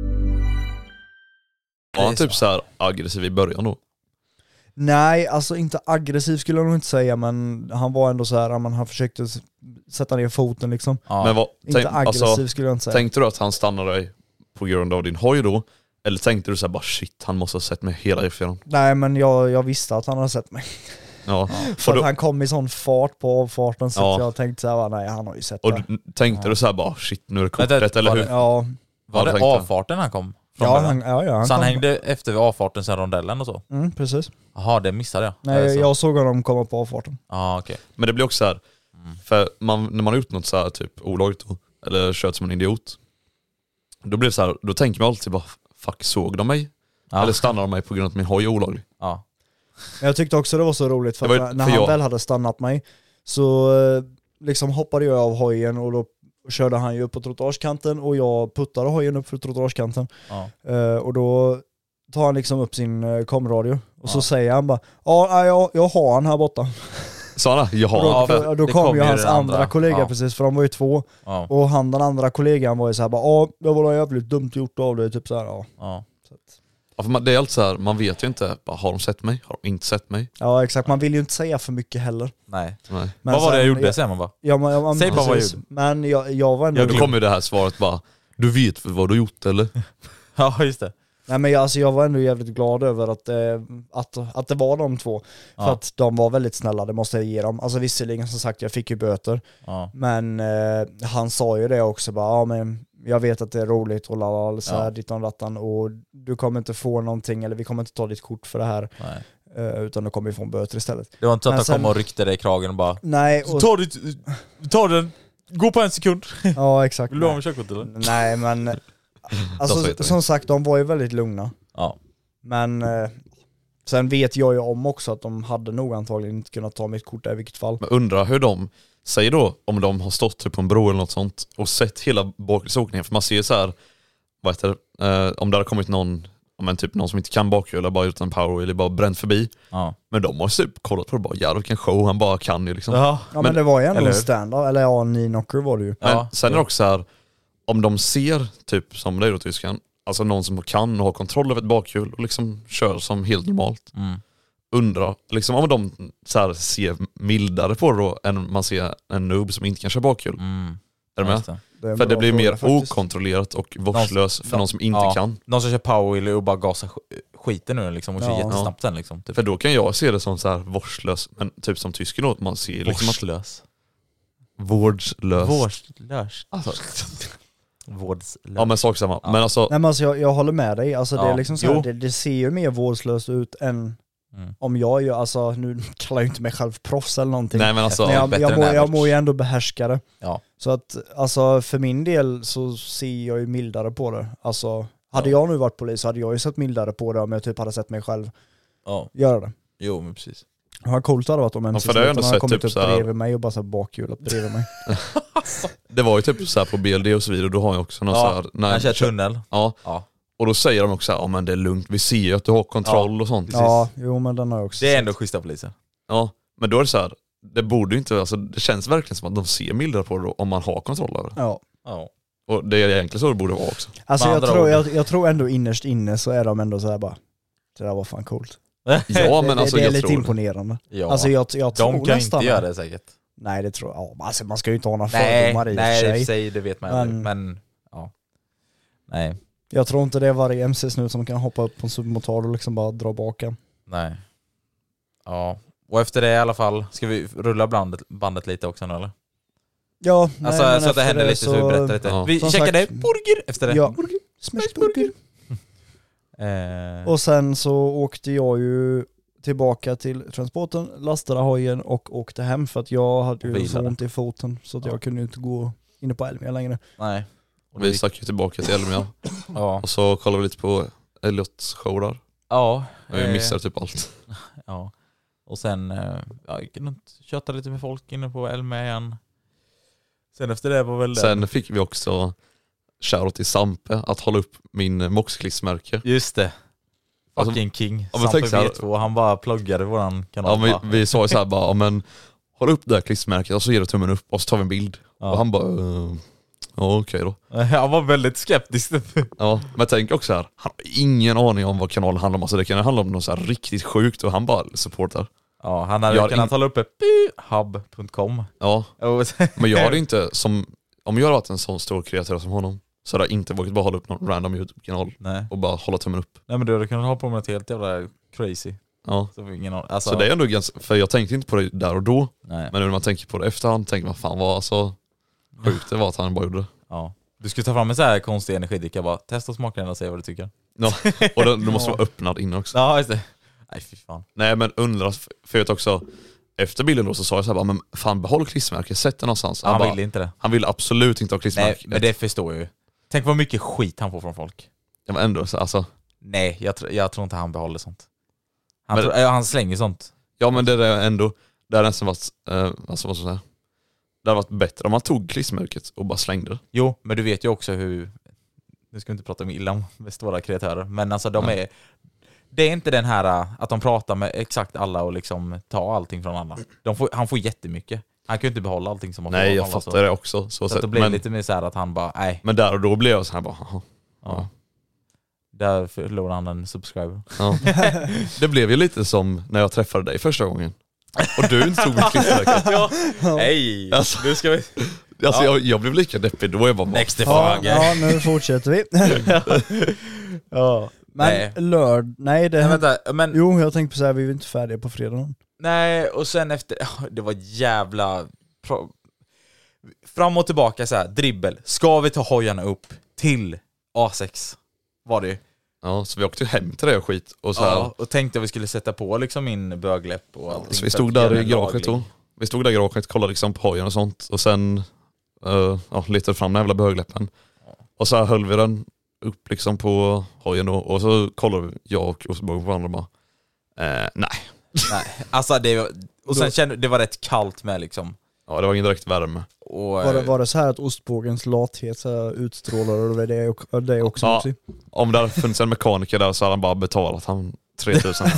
Var han typ såhär aggressiv i början då? Nej, alltså inte aggressiv skulle jag nog inte säga, men han var ändå så här, men han försökte s- sätta ner foten liksom. ja. Men vad, Inte tänk, aggressiv alltså, skulle jag inte säga. tänkte du att han stannade dig på grund av din hoj då? Eller tänkte du såhär bara shit, han måste ha sett mig hela E fyra? Nej, men jag, jag visste att han hade sett mig. Ja. För Och då, att han kom i sån fart på avfarten så Ja. att jag tänkte så här, nej han har ju sett och det. du, tänkte du såhär bara shit, nu är det Men det- kortet eller var hur? det- Ja, Var Ja, det tänkte jag. avfarten han kom? Från ja, början? han, ja, ja, han så han kom. hängde efter vid avfarten sen rondellen och så? Mm, precis. Jaha, det missade jag. Nej, Eller så. jag såg honom komma på avfarten. Ja, okej. Men det blir också så här, för man, när man har gjort något så här typ olagligt då, eller kört som en idiot, då blir det så här, då tänker man alltid bara fuck, såg de mig? Ja. Eller stannar de mig på grund av att min hoj är olaglig? Ja. Men jag tyckte också det var så roligt för, Det var att ju- när för han jag- väl hade stannat mig så eh, liksom hoppade jag av hojen och då körde han ju upp på trottoarskanten och jag puttade hojen upp för trottoarskanten. Ja. Eh, och då tar han liksom upp sin eh, komradio och så Ja. säger han bara, ja, nej, jag, jag har han här borta. Sådana, jaha. Och då, Ja, då, då det kom kom ju ju hans den andra, andra. kollega Ja. precis, för de var ju två. Ja. Och han, den andra kollegan var ju såhär bara, ja det var jävligt dumt gjort av dig, typ såhär, ja. Ja. Så att, Ja, för man, det är alltid så här, man vet ju inte, bara, har de sett mig? Har de inte sett mig? ja exakt, man vill ju inte säga för mycket heller. Nej. Nej. Men Vad var det sen- jag gjorde, jag, säger man bara. ja, men, ja, men, Säg bara vad jag precis. gjorde. Men jag, jag var ändå... Ja, då kommer ju det här svaret bara, du vet vad du har gjort eller? Ja, just det. Nej men jag, alltså, jag var ändå jävligt glad över att, eh, att, att det var de två. För Ja. att de var väldigt snälla, det måste jag ge dem. Alltså visserligen som sagt, jag fick ju böter. Ja. Men eh, han sa ju det också, bara, ja men jag vet att det är roligt och lalala, så här, Ja. ditt och dattan, och du kommer inte få någonting, eller vi kommer inte ta ditt kort för det här, Nej. eh, utan du kommer ju få en böter istället. Det var inte så att Men de sen- kom och ryckte dig i kragen och bara Nej, och, ta, ditt, ta den, gå på en sekund. ja exakt. Vill du ha Nej, med körkort eller? nej men, De alltså sa inte det. som sagt, de var ju väldigt lugna. Ja. Men eh, sen vet jag ju om också att de hade nog antagligen inte kunnat ta mitt kort där i vilket fall. Men undrar hur de, säger då om de har stått typ på en bro eller något sånt och sett hela bakhjulsåkningen, för man ser så här, vad heter det, eh, om det har kommit någon, men typ någon som inte kan bakhjul eller bara gjort en power eller bara bränt förbi. Ja. Men de har typ kollat på det bara, jävlar vilken show han bara kan ju liksom. Ja. Ja men, Men- det var ju ändå eller en hur? stand-up, eller ja, en knee-knocker var det ju. Men Ja, sen är jo. det också så här, om de ser typ som dig då tyskan, alltså någon som kan och har kontroll över ett bakhjul och liksom kör som helt normalt. Mm. Undrar liksom om de så här ser mildare på det då än man ser en noob som inte kan köra bakhjul. Mm. Är du med? Just det. Det är en För det bra blir fråga mer faktiskt. okontrollerat och vårdslös för Någon- någon som inte ja. kan. Någon som kör powerwheel och bara gasar sk- skiten nu liksom och kör Ja. jättesnabbt sen liksom. Typ. För då kan jag se det som så här vårdslös, men typ som tysken då, man ser liksom att Vårdslös. vårdslös. Vårdslös. Alltså, Vårdslös. ja men sak samma. Ja. Men alltså, Nej men alltså jag, jag håller med dig, alltså det Ja, är liksom så här, jo. det, det ser ju mer vårdslöst ut än Mm. om jag gör, alltså nu kallar jag ju inte mig själv proffs eller någonting. nej men alltså, Men jag, bättre jag, än må, jag average. må ju ändå behärska det. Ja. Så att alltså för min del så ser jag ju mildare på det. Alltså hade Ja. jag nu varit polis så hade jag ju sett mildare på det om jag typ hade sett mig själv Ja. göra det. Jo men precis. Vad coolt hade det varit om Ja, för det har jag ändå hade sett kommit typ upp så här- bredvid mig och bara så här bakhjulat bredvid mig. det var ju typ så här på B L D och så vidare, då har jag också någon så Ja, här, när jag kör tunnel. Ja, Ja. och då säger de också ja men det är lugnt, vi ser ju att du har kontroll och sånt. Ja, jo men den har jag också Det är sett. ändå schyssta poliser. Ja, men då är det så här, det borde ju inte, alltså det känns verkligen som att de ser mildare på det då, om man har kontroll över det. Ja. Ja. Och det är egentligen så det borde vara också. Alltså Med jag andra tror, ord. jag, jag tror ändå innerst inne så är de ändå så här bara, det där var fan coolt. Ja men det, alltså det är jag lite tror imponerande. Ja. Alltså jag, jag tror De kan nästan inte göra det säkert. Nej det tror jag, ja, alltså man ska ju inte ha några Nej, fördomar i och för nej i och sig. för sig, det vet man Men- men, men ja. Nej, Jag tror inte det är varje M C nu som kan hoppa upp på en supermotard och liksom bara dra baken. nej. Ja, och efter det i alla fall, ska vi rulla bandet, bandet lite också nu eller? Ja, nej, Alltså men så att det efter händer lite så, vi berättar lite. Ja. Vi Som checkade sagt- burger efter det. Ja, smashburger. Eh, Och sen så åkte jag ju tillbaka till transporten, lastade hojen och åkte hem för att jag hade Och ju så vilade. ont i foten så att Ja. jag kunde ju inte gå inne på Elmia längre. nej. Och Vi vi, stack ju tillbaka till Elmia ja. och så kollade vi lite på Elliots show där. Ja. Och vi eh, missade typ allt. Ja. Och sen eh, ja, gick runt, köttade lite med folk inne på Elmia igen. Sen efter det var väl det. Sen fick vi också shoutout till Sampe att hålla upp min Mox-klistermärke. Just det. Alltså, Fucking king. ja, men Sampe tänk så här- V två, han bara pluggade våran kanal. Ja, bara. vi, vi sa ju såhär bara, ja, men håll upp det här klistermärket och så ger du tummen upp och så tar vi en bild. Ja. Och han bara, uh, ja okej då. Han var väldigt skeptisk. Ja, men tänk också här, han har ingen aning om vad kanalen handlar om. Alltså det kan handla om något så här riktigt sjukt och han bara supportar. Ja, han hade Jag har kunnat in- hålla uppe hub punkt com. Ja, Och- men jag hade inte, som, om jag hade varit en sån stor kreatör som honom så hade jag inte vågat bara hålla upp någon random YouTube-kanal Nej. och bara hålla tummen upp. Nej men du hade kunnat ha på med något helt jävla crazy. Ja. Så, ingen, alltså, Så det är ändå ganska, för jag tänkte inte på det där och då, nej. men när man tänker på det efterhand tänker man fan vad alltså sjukt det var att han bara gjorde det. Ja. Du skulle ta fram en så här konstig energidricka, bara testa och smaka den och se vad du tycker. Ja, och den, den måste vara öppnad innan också. Ja just det. Nej fy fan. Nej men undrar, för jag vet också, efter bilden då så sa jag så här bara, men fan behåll klistermärket, sätt det någonstans. Han, bara, ville inte det. han vill absolut inte ha Nej klistermärket. men det förstår jag ju. Tänk vad mycket skit han får från folk. Jag var ändå så, alltså, Nej jag, tr- jag tror inte han behåller sånt. Han, Men- tror, ja, han slänger sånt. ja men det är ändå, det hade nästan varit, eh, alltså vad ska jag säga, det hade varit bättre om man tog klistermärket och bara slängde det. Jo men du vet ju också hur, nu ska vi inte prata om illa om stora kreatörer, men alltså de Ja. är det är inte den här att de pratar med exakt alla och liksom tar allting från alla. De får, han får jättemycket. Han kan ju inte behålla allting som man får. Nej, jag fattar så. det också. Så, så så att det blir men, lite mer så här att han bara, nej. Men där och då blev jag så här bara, ja. ja. Där förlorade han en subscriber. Ja. Det blev ju lite som när jag träffade dig första gången. Och du inte tog mitt klistermärke. Ja. Hej, alltså, nu ska vi... Alltså ja. jag, jag blev lika deppig då. Jag bara, Next ja, ja, nu fortsätter vi. ja. Men nej. lörd... Nej, det... Nej, vänta, men... Jo, jag tänkte på så här, vi är inte färdiga på fredagen. Nej, och sen efter... Det var jävla... Fram och tillbaka så här, dribbel. Ska vi ta hojarna upp till A sex? Var det ju. Ja, så vi åkte hem till det och skit. Och, så här, ja, och tänkte att vi skulle sätta på liksom min bögläpp och allting. Så vi stod där i garaget då. Vi stod där i garaget, kollade liksom på hojen och sånt. Och sen uh, ja, letade fram den jävla bögläppen. Ja. Och så här höll vi den upp liksom på hojen då. Och så kollade jag och Ostbågen på varandra och bara, eh, nej. Nej, alltså det var, och sen kände det var rätt kallt med liksom. Ja, det var ingen direkt värme. Och, var, det, var det så här att ostbågens lathet så här utstrålade det, och, det också? Ja, också? om det hade funnits en mekaniker där så hade han bara betalat han tre tusen.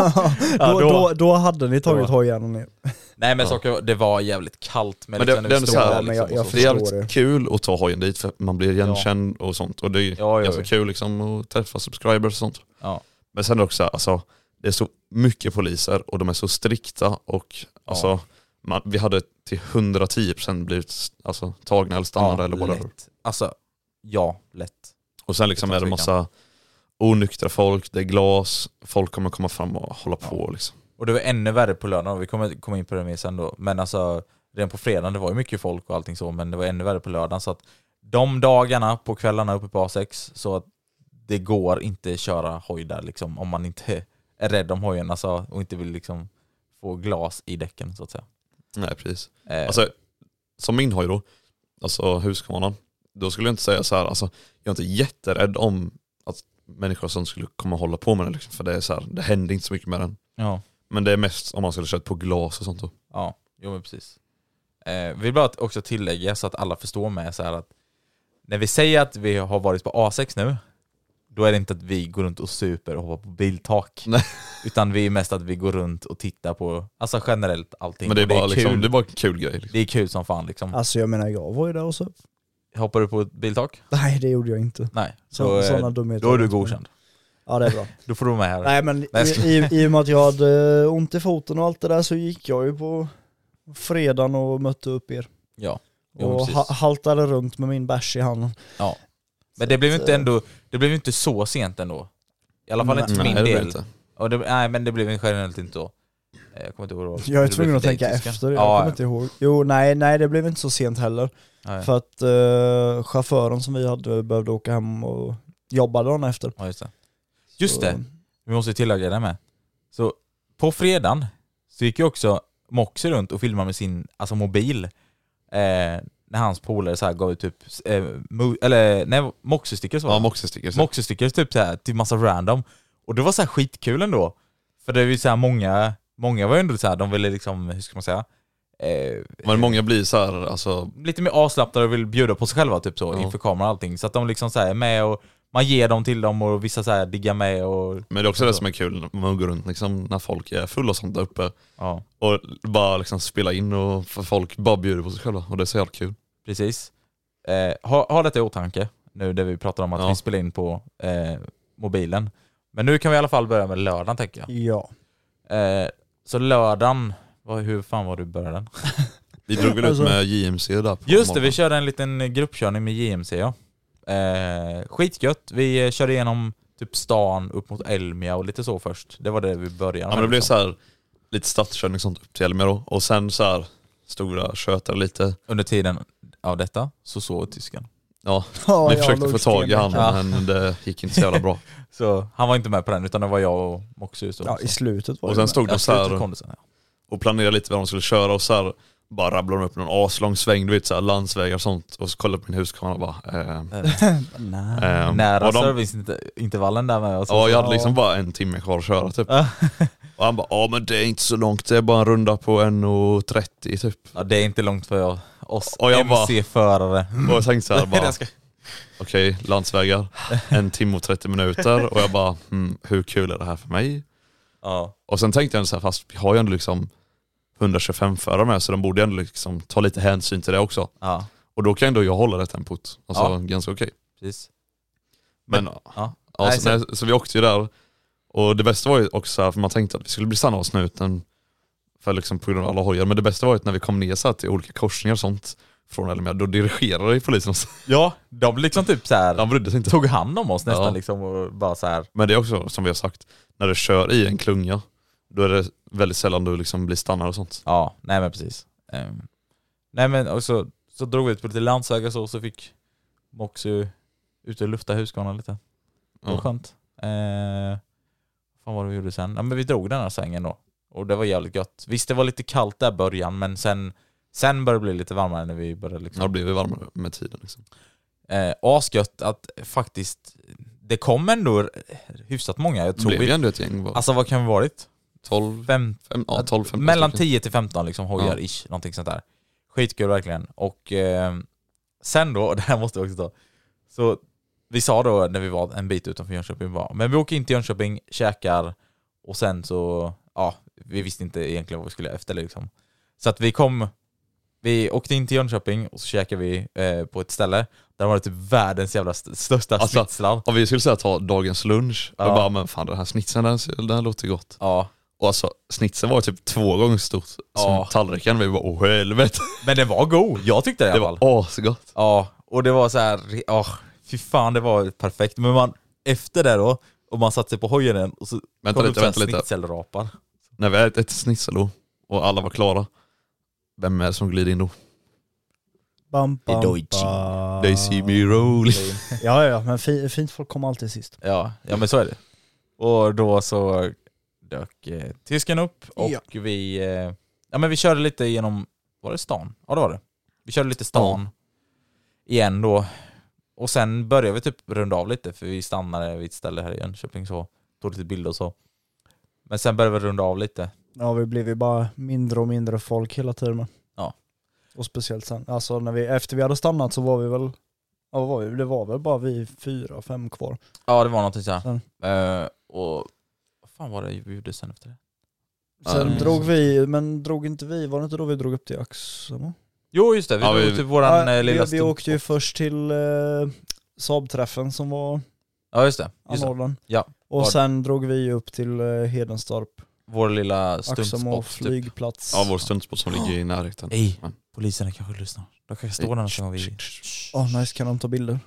ja, då, då, då hade ni tagit då. Hojarna ner. Nej men ja. så, det var jävligt kallt med men liksom, det, det, det, här, liksom, men jag, jag det är jävligt det. kul att ta hojen dit för man blir igenkänd ja. och sånt. Och det är ja, ganska ja, kul liksom att träffa subscribers och sånt. Ja. Men sen också, alltså, det är så mycket poliser och de är så strikta och ja. alltså, man, vi hade till hundratio procent blivit alltså, tagna eller stannade ja, eller vad det Alltså, ja, lätt. Och sen liksom är det massa onyktra folk, det är glas, folk kommer komma fram och hålla ja. på liksom. Och det var ännu värre på lördagen, vi kommer komma in på det mer sen då. Men alltså, redan på fredagen, det var ju mycket folk och allting så, men det var ännu värre på lördagen. Så att de dagarna på kvällarna uppe på A sex, så att det går inte köra hoj där liksom, om man inte är rädd om hojen alltså, och inte vill liksom få glas i däcken så att säga. Nej, precis. Eh. Alltså, som min hoj då, alltså Husqvarna, då skulle jag inte säga så här, alltså, jag är inte jätterädd om att människor som skulle komma och hålla på med den liksom, för det är så här, det händer inte så mycket med den. Ja. Men det är mest om man skulle köra på glas och sånt då. Ja, jo men precis. Eh, vi vill bara också tillägga så att alla förstår med så här att när vi säger att vi har varit på A sex nu, då är det inte att vi går runt och super och hoppar på biltak. Nej. Utan vi är mest att vi går runt och tittar på, alltså generellt allting. Men det är bara, det är liksom, kul. det är bara en kul grej. Liksom. Det är kul som fan liksom. Alltså jag menar, jag var ju där och så. Hoppar du på ett biltak? Nej, det gjorde jag inte. Nej, så, så, sådana dumheter. Då är du godkänd. Ja, det är bra. Då får du med här. Nej, men i, i, i och med att jag hade ont i foten och allt det där så gick jag ju på fredagen och mötte upp er. Ja. Jo, och ha, haltade runt med min bärs i handen. Ja. Men det blev inte ändå, det blev inte så sent ändå. I alla fall nej, inte för min nej, del. Inte. Och det, nej, men det blev generellt inte så. Jag kommer inte ihåg. Jag är tvungen att tänka efter. Jag ja, kommer inte ihåg. Jo, nej, nej, det blev inte så sent heller. Nej. För att uh, chauffören som vi hade behövde åka hem och jobba dagen efter. Ja, just det. Just så. det. Vi måste tillägga det med. Så på fredagen så gick ju också Moxie runt och filmade med sin alltså mobil. Eh, när hans polare så här gav ut typ eh, mo- eller nej, Moxie-stickers var det. Ja, Moxie-stickers. Moxie-stickers typ så här till massa random. Och det var så här skitkul ändå. För det är ju så här många många var ju ändå så här, de ville liksom, hur ska man säga? Eh, Men många blir så här, alltså lite mer avslappnade och vill bjuda på sig själva typ så, ja. Inför kameran och allting. Så att de liksom så här är med och man ger dem till dem och vissa så här diggar med och... Men det är också det som är kul när man går runt liksom, när folk är fulla och sånt där uppe. Ja. Och bara liksom spela in och för folk bara bjuder på sig själva. Och det är så jävla kul. Precis. Eh, ha, ha detta i åtanke nu där vi pratar om att ja. vi spelar in på eh, mobilen. Men nu kan vi i alla fall börja med lördagen, tänker jag. Ja. Eh, så lördagen, vad, hur fan var du började? Vi drog väl alltså, ut med J M C där på just det, vi körde en liten gruppkörning med J M C, ja. Eh, skitgött. Vi körde igenom typ stan upp mot Elmia och lite så först. Det var det vi började. Ja, men det blev så här lite stadskörning sånt upp till Elmia då. Och sen så här stora kötare lite. Under tiden av detta så såg tysken. Ja, ja vi ja, försökte få tag i han ja. men det gick inte så jävla bra. Så han var inte med på den utan det var jag och Moxie. Så, ja, så. i slutet var och sen stod de så här kondisen, ja. och planerade lite vad de skulle köra och så här bara rabblade de upp någon aslång sväng, du vet så här landsvägar och sånt och så kollade på min Husqvarna och bara eh, Nej. Eh, nära och de, serviceintervallen där med. Och så, ja, jag hade liksom bara en timme kvar att köra typ. Och han bara, ja men det är inte så långt, det är bara en runda på en trettio typ. Ja, det är inte långt för oss och jag M C-förare. Och jag tänkte så här bara, okej, okay, landsvägar, en timme och trettio minuter och jag bara, hmm, hur kul är det här för mig? Ja. Och sen tänkte jag så här, fast vi har ju ändå liksom hundratjugofem förare med, så de borde ändå liksom ta lite hänsyn till det också. Ja. Och då kan ändå jag hålla det tempot, alltså Ja. ganska okej. Precis. Men, Men ja. ja, Nej, så, nej, så vi åkte ju där, och det bästa var ju också så här, för man tänkte att vi skulle bli stanna av snuten för liksom på grund av alla hojar, men det bästa var ju att när vi kom ner så här till olika korsningar och sånt från eller med, då dirigerade ju polisen oss. Ja, de liksom typ så här De brydde sig inte. tog hand om oss nästan Ja. liksom och bara så här. Men det är också, som vi har sagt, när du kör i en klunga, då är det väldigt sällan du liksom blir stannad och sånt. Ja, nej men precis. Um, nej men och så, så drog vi ut på lite landsvägar så, så fick Moxie ut och lufta Husqvarna lite. Det var Ja. skönt. Uh, vad var det vi gjorde sen? Ja men vi drog den här svängen då. Och det var jävligt gött. Visst det var lite kallt där i början, men sen, sen började det bli lite varmare när vi började liksom. Ja, det blev vi varmare med tiden liksom. Uh, asgött att faktiskt det kom ändå hyfsat många. Jag Det tror blev vi, ju ändå ett gäng. Var. alltså vad kan vi varit? tolv, Fem, fem, ja, tolv, femton mellan stycken. tio till femton liksom hojar Ja. ish, någonting sånt där. Skitkul verkligen. Och eh, sen då, det här måste jag också ta. Så vi sa då när vi var en bit utanför Jönköping var, men vi åker in till Jönköping, käkar och sen så, ja, vi visste inte egentligen vad vi skulle efter liksom. Så att vi kom, vi åkte in till Jönköping och så käkade vi eh, på ett ställe där var det typ världens jävla st- största Alltså, schnitzlar. Och vi skulle säga ta dagens lunch. Ja. Och bara, men fan den här snitsen, den, den låter gott. Ja, Och alltså snitsen var typ två gånger stort som Ja. tallriken. Vi bara, åh helvete. men det var god. Jag tyckte det i Det alla var fall. asgott. Ja, och det var så här, ja, fy fan det var perfekt. Men man, efter det då, och man satte sig på hojen igen och så Vänta kom lite, det upp vänta lite. snitselrapar. När vi hade ett snitsel då och alla var klara, vem är det som glider in då? Bam, Det är bam, Deutsche. bam. They see me roll. Ja, ja, men fi- fint folk kommer alltid sist. Ja, ja men så är det. Och då så dök eh, tysken upp och Ja. vi, eh, ja men vi körde lite genom, var det stan? Ja det var det. Vi körde lite stan igen då. Och sen började vi typ runda av lite för vi stannade vid ett ställe här i Jönköping så, tog lite bilder och så. Men sen började vi runda av lite. Ja, vi blev ju bara mindre och mindre folk hela tiden. Ja. Och speciellt sen, alltså när vi, efter vi hade stannat så var vi väl, ja vad var vi? Det var väl bara vi fyra, fem kvar. Ja det var någonting så här. Sen, Uh, och vad fan var det vi gjorde sen efter det? sen Mm. drog vi, men drog inte vi, var det inte då vi drog upp till Axamo? Jo just det, vi Ja, drog vi- till våran Ja, eh, lilla vi, vi stump- åkte ju först till eh, Saab-träffen som var Ja just det, just det. anordnad. Ja, Och var- sen drog vi upp till eh, Hedenstorp, Vår lilla Axamo stuntspot typ. flygplats. Ja, vår stuntspot som ligger i närheten. Ej, Men- poliserna kanske lyssnar. De kanske står där nästa gång vi... Åh nice, kan de ta bilder?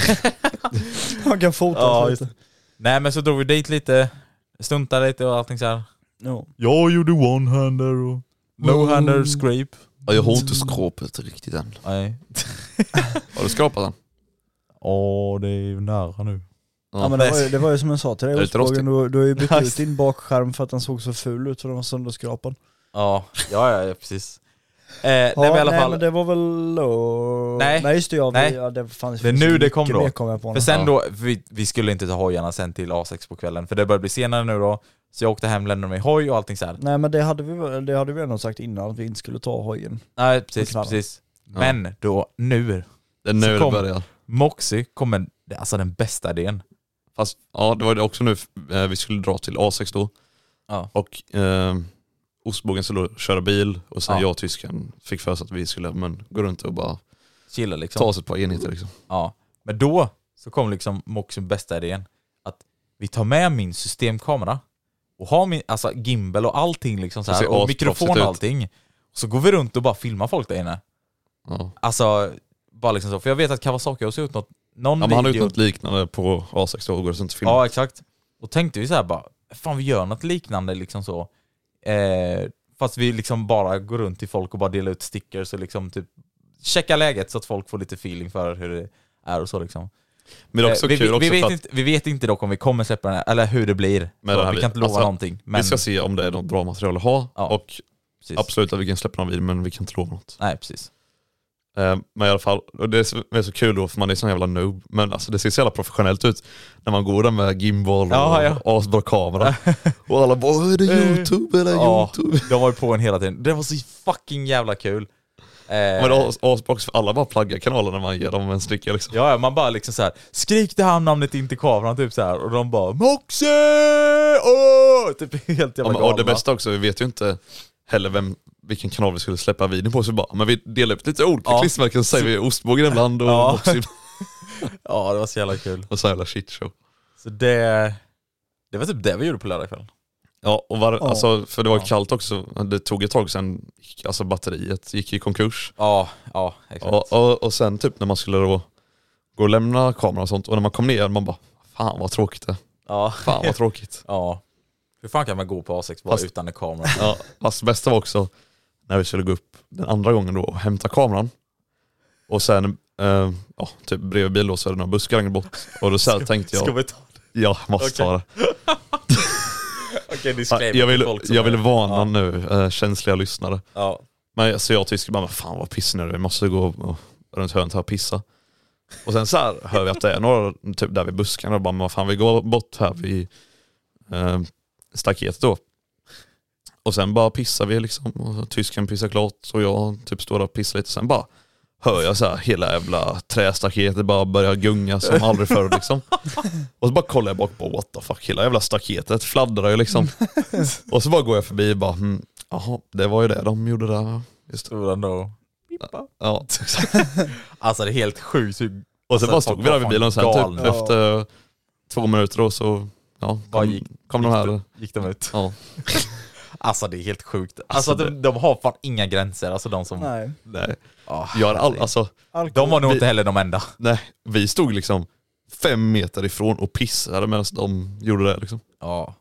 Man kan fota Ja, oss just lite. Nej men så drog vi dit lite, stuntade lite och allting så här. Ja. Jag gjorde one-hander och no-hander scrape. Ja, jag har inte skrapat riktigt än. Nej. Har du skrapat den? Åh, det är ju nära nu. Ja, men det var, ju, det var ju som jag sa till dig, Är det lite Osborgen, du, du har ju bytt Nice. ut din bakskärm för att den såg så ful ut för den var sönderskrapad. Ja, ja, ja, ja precis. Eh, nej Ja, men i alla nej, fall, men det var väl då... Nej. nej just det, ja, Nej. vi, ja, det fanns Det är finns nu ju det kom mycket då. mer, kom jag på för nu. sen Ja. då, vi, vi skulle inte ta hojarna sen till A sex på kvällen, för det började bli senare nu då. Så jag åkte hem, lämnade mig hoj och allting så här. Nej men det hade vi väl- det hade vi ändå sagt innan att vi inte skulle ta hojen. Nej precis, knallar. precis. Men då, nu, Det är nu Så det kom- börjar. Moxie kom med alltså den bästa idén. Fast ja, det var det också nu, eh, vi skulle dra till A sex då. Ja. Och eh, Ostbågen skulle köra bil och sen Ja. jag och tysken fick för sig att vi skulle men, gå runt och bara Chilla liksom. ta oss ett par enheter liksom. Ja. Men då så kom liksom Moxie bästa idén. Att vi tar med min systemkamera och har min, alltså gimbal och allting liksom så Det här, ser och asproffsigt mikrofon ut. och allting. Och så går vi runt och bara filmar folk där inne. Ja. Alltså, bara liksom så. För jag vet att Kawasaki har gjort något, någon Ja, men han har video. gjort något liknande på A sex då och går det inte att filma. Ja, exakt. Och tänkte vi så här bara, fan vi gör något liknande liksom så. Eh, fast vi liksom bara går runt till folk och bara delar ut stickers och liksom typ checka läget så att folk får lite feeling för hur det är och så liksom. Men det är också Eh, vi, kul vi, också vi, för vet att inte, vi vet inte dock om vi kommer släppa den här, eller hur det blir. Med Så, den här vi kan inte vi- lova alltså, någonting. Men vi ska se om det är något bra material att ha Ja, och precis. absolut att vi kan släppa någon video men vi kan inte lova något. Nej, precis. Eh, Men i alla fall, och det är så, det är så kul då för man är sån jävla noob. Men alltså det ser så jävla professionellt ut när man går där med gimbal och Ja, ja. asbra kamera. Och alla bara, är det YouTube eller Ja, YouTube? de var ju på en hela tiden. Det var så fucking jävla kul. Men det är asbra för alla bara plaggar kanalen när man ger dem en sticka liksom. Ja, man bara liksom så här skrik det här namnet in till kameran typ så här och de bara Moxie! Åh! Typ helt jävla ja, och det bästa också, vi vet ju inte heller vem vilken kanal vi skulle släppa videon på, så bara men vi delar upp lite ord på ja. klistermärken, så säger vi ostbågen ibland och ja. Moxie. Ja, det var så jävla kul. Och så jävla shit show. Så det det var typ det vi gjorde på lördagskvällen. Ja, och var, ja. Alltså, för det var ja. kallt också. Det tog ett tag sen, alltså batteriet gick i konkurs. Ja, ja, exakt. Och, och, och sen typ när man skulle då gå och lämna kameran och sånt, och när man kom ner, man bara, fan vad tråkigt det. Ja. Fan vad tråkigt. Ja. Hur fan kan man gå på A sex bara fast, utan en kamera? Ja, fast det bästa var också när vi skulle gå upp den andra gången då och hämta kameran. Och sen, eh, ja, typ bredvid bil då så är det några buskar längre bort. Och då så här tänkte jag... Ska vi ta det? Ja, måste okay. ta det. Okay, jag vill, jag vill varna ja. nu, äh, känsliga lyssnare. Ja. Men så jag tycker bara, fan vad pissig nu, vi måste gå och, runt hörnet här och pissa. Och sen så här hör vi att det är några typ där vid buskarna och bara, men vad fan, vi går bort här vid äh, staketet då. Och sen bara pissar vi liksom, och tysken pissar klart och jag typ står där och pissar lite, sen bara hör jag så här hela jävla trästaketet bara börjar gunga som aldrig förr liksom. Och så bara kollar jag bak på, what the fuck, hela jävla staketet fladdrar ju liksom. Och så bara går jag förbi och bara, hm, jaha, det var ju det de gjorde där. Just det. Då. Ja, alltså det är helt sjukt. Och så alltså, bara stod vi där vid bilen och sen typ ja. efter två minuter då så ja, kom, gick, kom de här. Gick de ut. Ja. Alltså det är helt sjukt. Alltså, alltså de, de har fan inga gränser, alltså de som... Nej. Nej. Oh, jag all, alltså, de var nog vi, inte heller de enda. Nej, vi stod liksom fem meter ifrån och pissade medan de gjorde det liksom. Ja.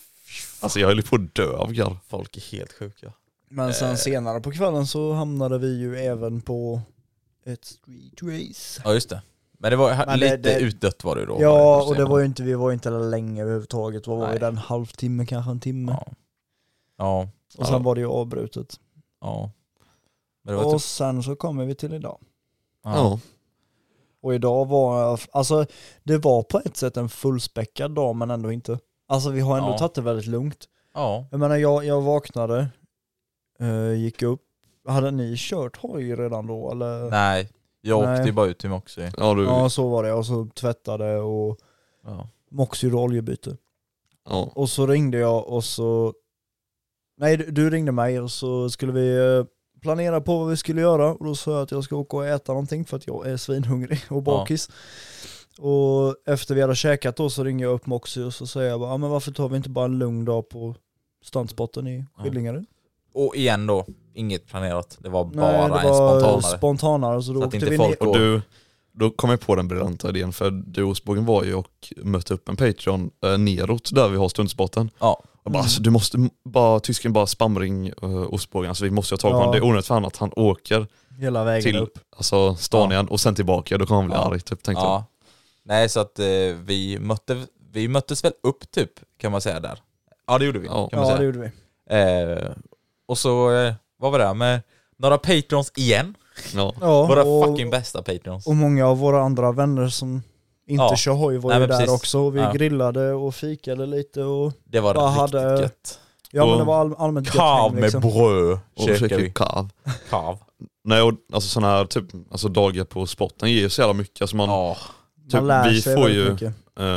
Alltså jag höll på att dö av garv. Folk är helt sjuka. Men sen eh. senare på kvällen så hamnade vi ju även på ett street race. Ja just det. Men det var Men lite det, det, utdött var det då. Ja, var det och det var ju inte, vi var ju inte länge överhuvudtaget. Vad var Nej. det, en halvtimme, kanske en timme. Ja. Ja. Och sen ja. var det ju avbrutet. Ja. Och typ... sen så kommer vi till idag. Ja. ja. Och idag var, alltså det var på ett sätt en fullspäckad dag men ändå inte. Alltså vi har ändå ja. tagit det väldigt lugnt. Ja. Jag menar jag, jag vaknade, uh, gick upp. Hade ni kört hoj redan då eller? Nej, jag Nej. åkte bara ut till Moxie. Ja, du... ja så var det. Och så tvättade och ja. Moxie gjorde oljebyte. Ja. Och så ringde jag och så... Nej, du, du ringde mig och så skulle vi... Uh, planera på vad vi skulle göra och då sa jag att jag ska åka och äta någonting för att jag är svinhungrig och bakis. Ja. Och efter vi hade käkat då så ringer jag upp Moxie och så säger jag bara, ah, men varför tar vi inte bara en lugn dag på standspotten i Skillingaryd? Ja. Och igen då, inget planerat. Det var bara Nej, det var en spontanare. spontanare så då så åkte inte vi folk ner. Och du, då kom jag på den briljanta idén för du och Osbogen var ju och mötte upp en Patreon äh, neråt där vi har stundspotten. Ja. Och bara, mm. alltså, du måste bara, tysken bara spamring uh, Osbogen, alltså vi måste ju ta honom. Ja. Det är onödigt för han att han åker hela vägen till upp. Alltså stan igen ja. och sen tillbaka, då kommer han bli ja. arg typ, tänkte ja. jag. Nej, så att eh, vi, mötte, vi möttes väl upp typ, kan man säga där. Ja, det gjorde vi. Ja, kan man ja säga. det gjorde vi. Eh, och så eh, vad var det med några patrons igen. Ja. Ja, våra och, fucking bästa patrons. Och många av våra andra vänner som inte ja. kör hoj var Nej, ju där precis. också. Vi ja. grillade och fikade lite och det var bara riktigt hade, gött. Ja, men det var all, allmänt kav med liksom. bröd. Och käkade vi kav. Kav. Nej, och alltså sådana här typ, alltså dagar på spotten ger ju så jävla mycket. Alltså man, oh. typ, man lär vi sig får ju mycket.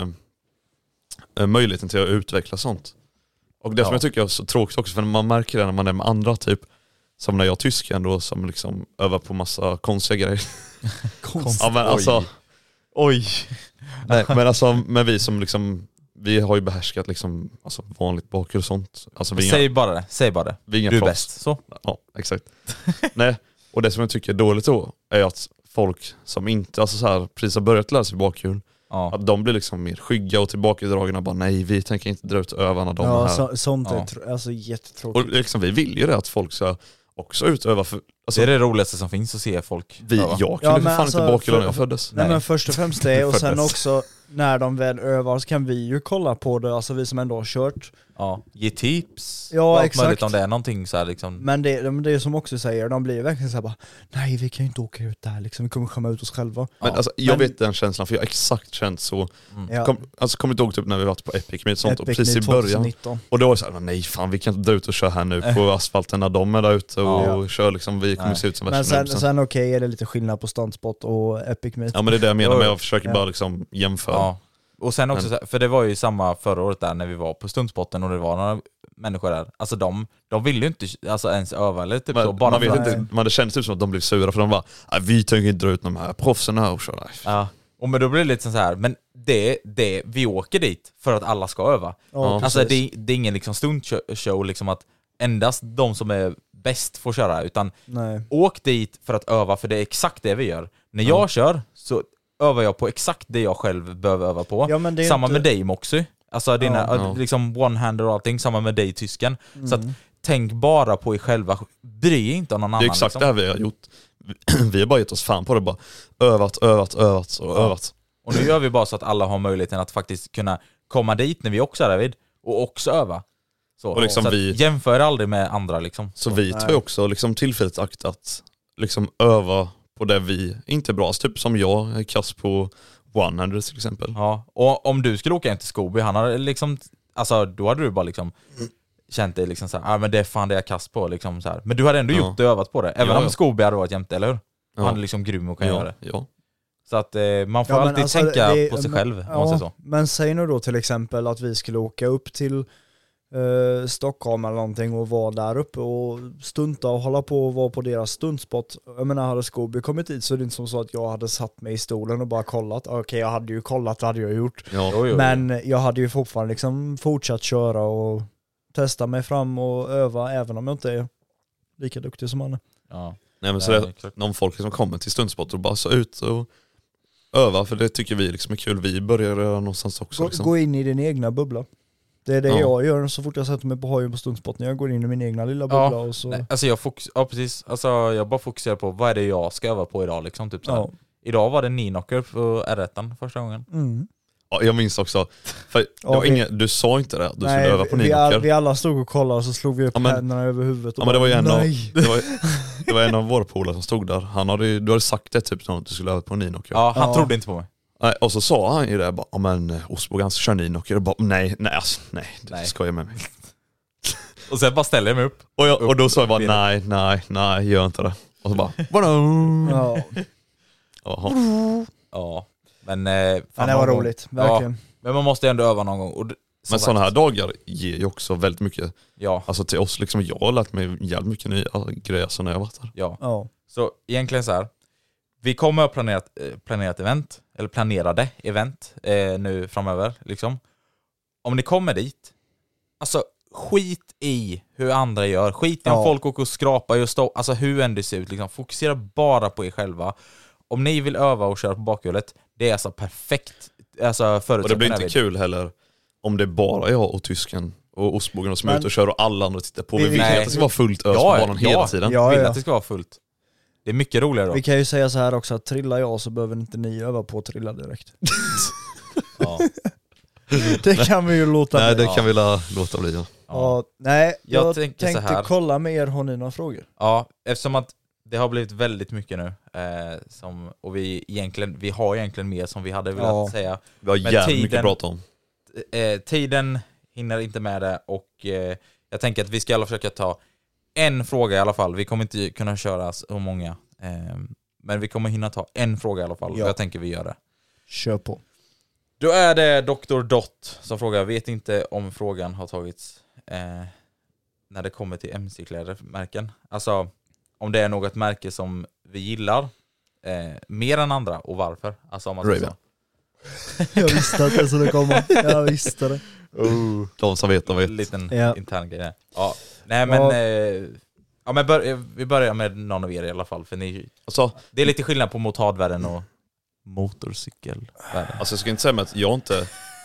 Äh, möjligheten till att utveckla sånt. Och det ja. som jag tycker är så tråkigt också, för man märker det när man är med andra typ, som när jag är tysk ändå, som liksom övar på massa konstiga grejer. Konst. Ja, men alltså, Oj. Oj. Nej, men alltså, men vi som liksom, vi har ju behärskat liksom, alltså vanligt baker och sånt. Alltså, vi säg inga, bara det, säg bara det. Vi är inga du är proffs. bäst, så. Ja, exakt. Nej, och det som jag tycker är dåligt då är att folk som inte, alltså så här, precis har börjat lära sig bakhjul, ja. att de blir liksom mer skygga och tillbakadragna och bara nej, vi tänker inte dra ut övarna de ja, här. Så, sånt är ja. tr- alltså jättetråkigt. Och liksom, vi vill ju det att folk ska också utöva för, alltså, det är det roligaste som finns att se folk vi, öva. Jag kunde ja, fan alltså, inte bakhjula när jag föddes. Nej, nej men först och främst det, och sen också när de väl övar så kan vi ju kolla på det, alltså vi som ändå har kört. Ja, ge tips. Ja, exakt. Möjligt om det är någonting så här liksom. Men det, det är som också säger, de blir verkligen så här bara, nej vi kan ju inte åka ut där liksom, vi kommer skämma ut oss själva. Men ja. alltså, jag men, vet den känslan, för jag har exakt känt så. Mm. Kom, alltså kommer du ihåg typ när vi varit på Epic med sånt, Epic och precis i början. tjugonitton. Och då var det så här, nej fan vi kan inte dra ut och köra här nu på asfalten när de är där ute och ja. kör liksom, vi kommer se ut som Men sen, sen, sen okej okay, är det lite skillnad på Stuntspot och Epic Meet. Ja men det är det jag menar, men jag försöker ja. bara liksom jämföra. Ja. Och sen också, men. för det var ju samma förra året där när vi var på Stuntspotten och det var några människor där. Alltså de, de ville ju inte alltså, ens öva eller typ men, så. Bara man vet inte, man, det kändes typ som att de blev sura för de bara, vi tänker inte dra ut de här proffsen här och köra. Ja. Och men då blir det lite så här, men det, det, vi åker dit för att alla ska öva. Ja, alltså det, det är ingen liksom stuntshow liksom att endast de som är bäst får köra, utan Nej. åk dit för att öva, för det är exakt det vi gör. När jag ja. kör så övar jag på exakt det jag själv behöver öva på. Ja, samma inte... med dig Moxy. Alltså dina ja, ja. liksom one-hander och allting, samma med dig tysken. Mm. Så att tänk bara på er själva, bry inte om någon annan. Det är exakt liksom. det här vi har gjort. Vi har bara gett oss fan på det, bara övat, övat, övat och ja. övat. Och nu gör vi bara så att alla har möjligheten att faktiskt kunna komma dit när vi också är där vid och också öva. Så, och liksom så vi, jämför aldrig med andra liksom. Så, så vi tar ju också liksom tillfälligt akt att liksom öva på det vi inte är bra. Typ som jag är kass på hundra till exempel. Ja, och om du skulle åka in till Scooby, han har liksom, alltså då hade du bara liksom känt dig liksom så här, ah, men det är fan det jag kass på liksom så här. Men du hade ändå ja. gjort det, övat på det. Även ja, om ja. Scooby hade varit jämte, eller hur? Ja. Han är liksom grym och kan ja, göra det. Ja. Så att eh, man får ja, alltid alltså, tänka det, på sig men, själv. Ja, måste så. Men säg nu då till exempel att vi skulle åka upp till eh, Stockholm eller någonting och vara där uppe och stunta och hålla på och vara på deras stuntspot. Jag menar, hade Scooby kommit dit så är det inte som så att jag hade satt mig i stolen och bara kollat. Okej, okay, jag hade ju kollat, det hade jag gjort. Ja. Jo, jo, jo. Men jag hade ju fortfarande liksom fortsatt köra och testa mig fram och öva även om jag inte är lika duktig som han är. Ja. Nej, men så är det någon folk som kommer till stuntspot och bara så ut och öva, för det tycker vi liksom är kul. Vi börjar göra någonstans också. Gå, liksom. gå in i din egna bubbla. Det är det ja. jag gör så fort jag sätter mig på hojen på stuntspot, när jag går in i min egna lilla bubbla. Ja. Och så... Nej, alltså jag fokus- ja, precis. Alltså jag bara fokuserar på vad är det jag ska öva på idag liksom, typ så ja. Idag var det knee-knocker på R ett första gången. Mm. Ja, jag minns också. För det ja, var vi... inga, du sa inte det, du Nej, skulle öva på vi, knee-knocker. vi alla stod och kollade och så slog vi upp ja, men... händerna över huvudet och ja, men det var ju en av, det var, det var en av våra polare som stod där. Han hade, du hade sagt det typ att du skulle öva på knee-knocker. Ja, han ja. trodde inte på mig. Nej, och så sa han ju det bara, ja men Osbog han ska köra knee-knocker. Och bara, nej, nej, alltså, nej, det nej. ska jag med mig. Och sen bara ställer jag mig upp. Och, jag, och då sa jag bara, nej, nej, nej, gör inte det. Och så bara, ja. Jaha. Ja, men... Eh, fan, det var gång. roligt, verkligen. Ja, men man måste ändå öva någon gång. Och, men sådana här dagar ger ju också väldigt mycket. Ja. Alltså till oss, liksom, jag har lärt mig jävligt mycket nya grejer så när jag varit där. Ja. ja. Så egentligen så här. Vi kommer att planera ett planerat event, eller planerade event eh, nu framöver. Liksom. Om ni kommer dit, alltså skit i hur andra gör. Skit i ja. om folk åker och skrapar och stå, alltså hur än det ser ut. Liksom. Fokusera bara på er själva. Om ni vill öva och köra på bakhjulet, det är alltså perfekt. Alltså, och det blir inte kul heller om det är bara jag och tysken och ostbågen som är ute och kör och alla andra tittar på. Vi vill att det ska vara fullt ös ja, på banan ja, hela tiden. Ja, ja. Vi vill att det ska vara fullt. Det är mycket roligare då. Vi kan ju säga så här också, att trillar jag så behöver inte ni öva på att trilla direkt. Ja. Det kan vi ju låta Nej, bli. det kan vi la, låta bli. Ja. Ja, nej, jag, jag tänkte så här. kolla med er, har ni några frågor? Ja, eftersom att det har blivit väldigt mycket nu eh, som, och vi, egentligen, vi har egentligen mer som vi hade velat ja. säga. Vi har men jävligt tiden, mycket att prata om. Eh, tiden hinner inte med det och eh, jag tänker att vi ska alla försöka ta en fråga i alla fall. Vi kommer inte kunna köra så många. Eh, men vi kommer hinna ta en fråga i alla fall. Ja. Jag tänker vi gör det. Kör på. Då är det doktor Dott som frågar. Jag vet inte om frågan har tagits eh, när det kommer till M C-klädermärken. Alltså om det är något märke som vi gillar eh, mer än andra och varför. Alltså om man säger så. Jag visste att det skulle komma. Jag visste det. Oh. De som vet, de vet. Liten ja. intern grej. Ja. Nej men ja. Eh, ja, men bör, vi börjar med någon av er i alla fall för ni, alltså, det är lite skillnad på motardvärlden och motorcykelvärlden. Alltså jag ska inte säga mig att jag inte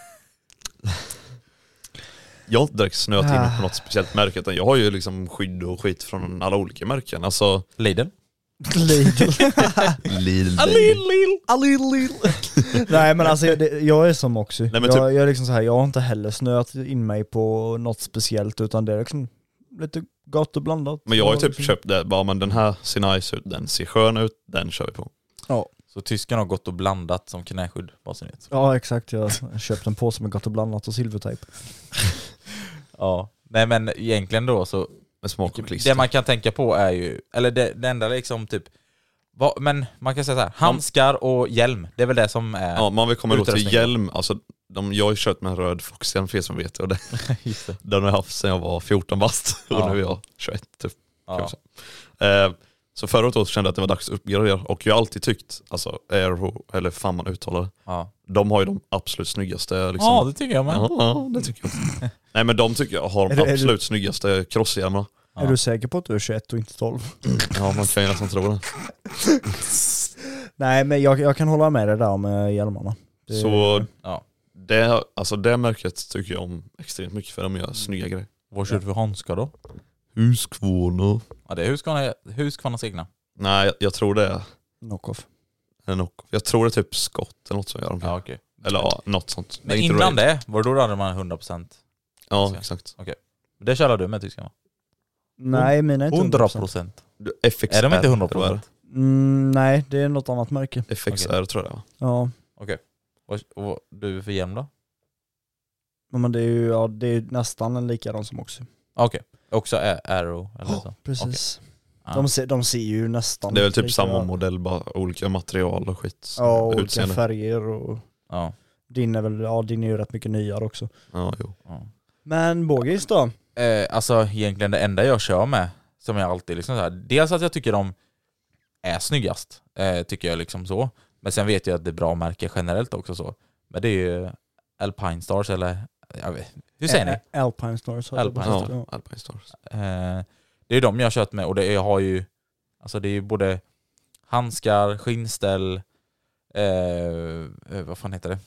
jag har inte direkt snöat in på något speciellt märke, utan jag har ju liksom skydd och skit från alla olika märken. Alltså Lidl. Lidl. Lidl. Lidl. Nej men alltså jag, jag är som också. Nej, men typ... jag, jag är liksom så här, jag har inte heller snöat in mig på något speciellt, utan det är liksom lite gott och blandat. Men jag har ju typ liksom... köpt det, bara men den här ser nice ut, den ser skön ut, den kör vi på. Ja. Så tyskarna har gått och blandat som knäskydd på sin ut. Ja exakt, jag har köpt en påse med gott och blandat och silvertejp. Ja, nej men egentligen då så Med smak och klister. Det man kan tänka på är ju, eller det, det enda liksom typ, vad, men man kan säga så här, handskar och hjälm, det är väl det som är. Ja, man vill komma då till hjälm, alltså de, jag har ju kört med en röd Foxen för er som vet, och det, den har jag haft sedan jag var fjorton bast och ja. Nu är jag tjugoett typ. Ja. Eh, så förra året kände jag att det var dags att uppgradera, och jag har alltid tyckt, alltså Aero, eller fan man uttalar det, ja. De har ju de absolut snyggaste liksom. Ja, det tycker jag med. Ja, ja det tycker jag. Nej, men de tycker jag har de är absolut du... snyggaste crosshjälmarna. Ja. Är du säker på att du är tjugoett och inte tolv? Ja, man kan ju nästan tro det. Nej, men jag, jag kan hålla med dig där med hjälmarna. Det... Så ja. det, alltså det märket tycker jag om extremt mycket, för de gör snygga grejer. Vad kör du för handskar då? Husqvarna. Ja, det är Husqvarna, Husqvarnas egna. Nej, jag, jag tror det är Knockoff. En knock-off. Jag tror det är typ Scott eller något som gör dem. Ja, okay. Eller ja, något sånt. Men innan det, var det då hade man hundra procent? Ja, exakt. Okej. Okay. Det kör du med tyska, va? Nej, mina är inte hundra procent. F X R. Är de inte hundra procent? Mm, nej, det är något annat märke. F X R okay. tror jag det var. Ja. Okej. Okay. Och, och du för hjälm då? Ja, men det är ju ja, det är nästan en likadan som också. Okej. Okay. Också Aero eller ja, så? Precis. Okay. De, ser, de ser ju nästan... Det är väl typ samma modell, bara olika material och skit. Ja, och olika färger och... Ja. Din är väl, ja, din är ju rätt mycket nyare också. Ja, jo. Ja. Men Bågis då? Eh, alltså egentligen det enda jag kör med, som jag alltid liksom så här, dels att jag tycker de är snyggast, eh, tycker jag liksom så. Men sen vet jag att det är bra märke generellt också så. Men det är ju Alpine Stars eller, jag vet, hur säger Ä- ni? Alpine Stars. Alpine, ja, ja. Alpine Stars. Eh, det är de jag har kört med, och det jag har ju, alltså det är ju både handskar, skinnställ, eh, vad fan heter det?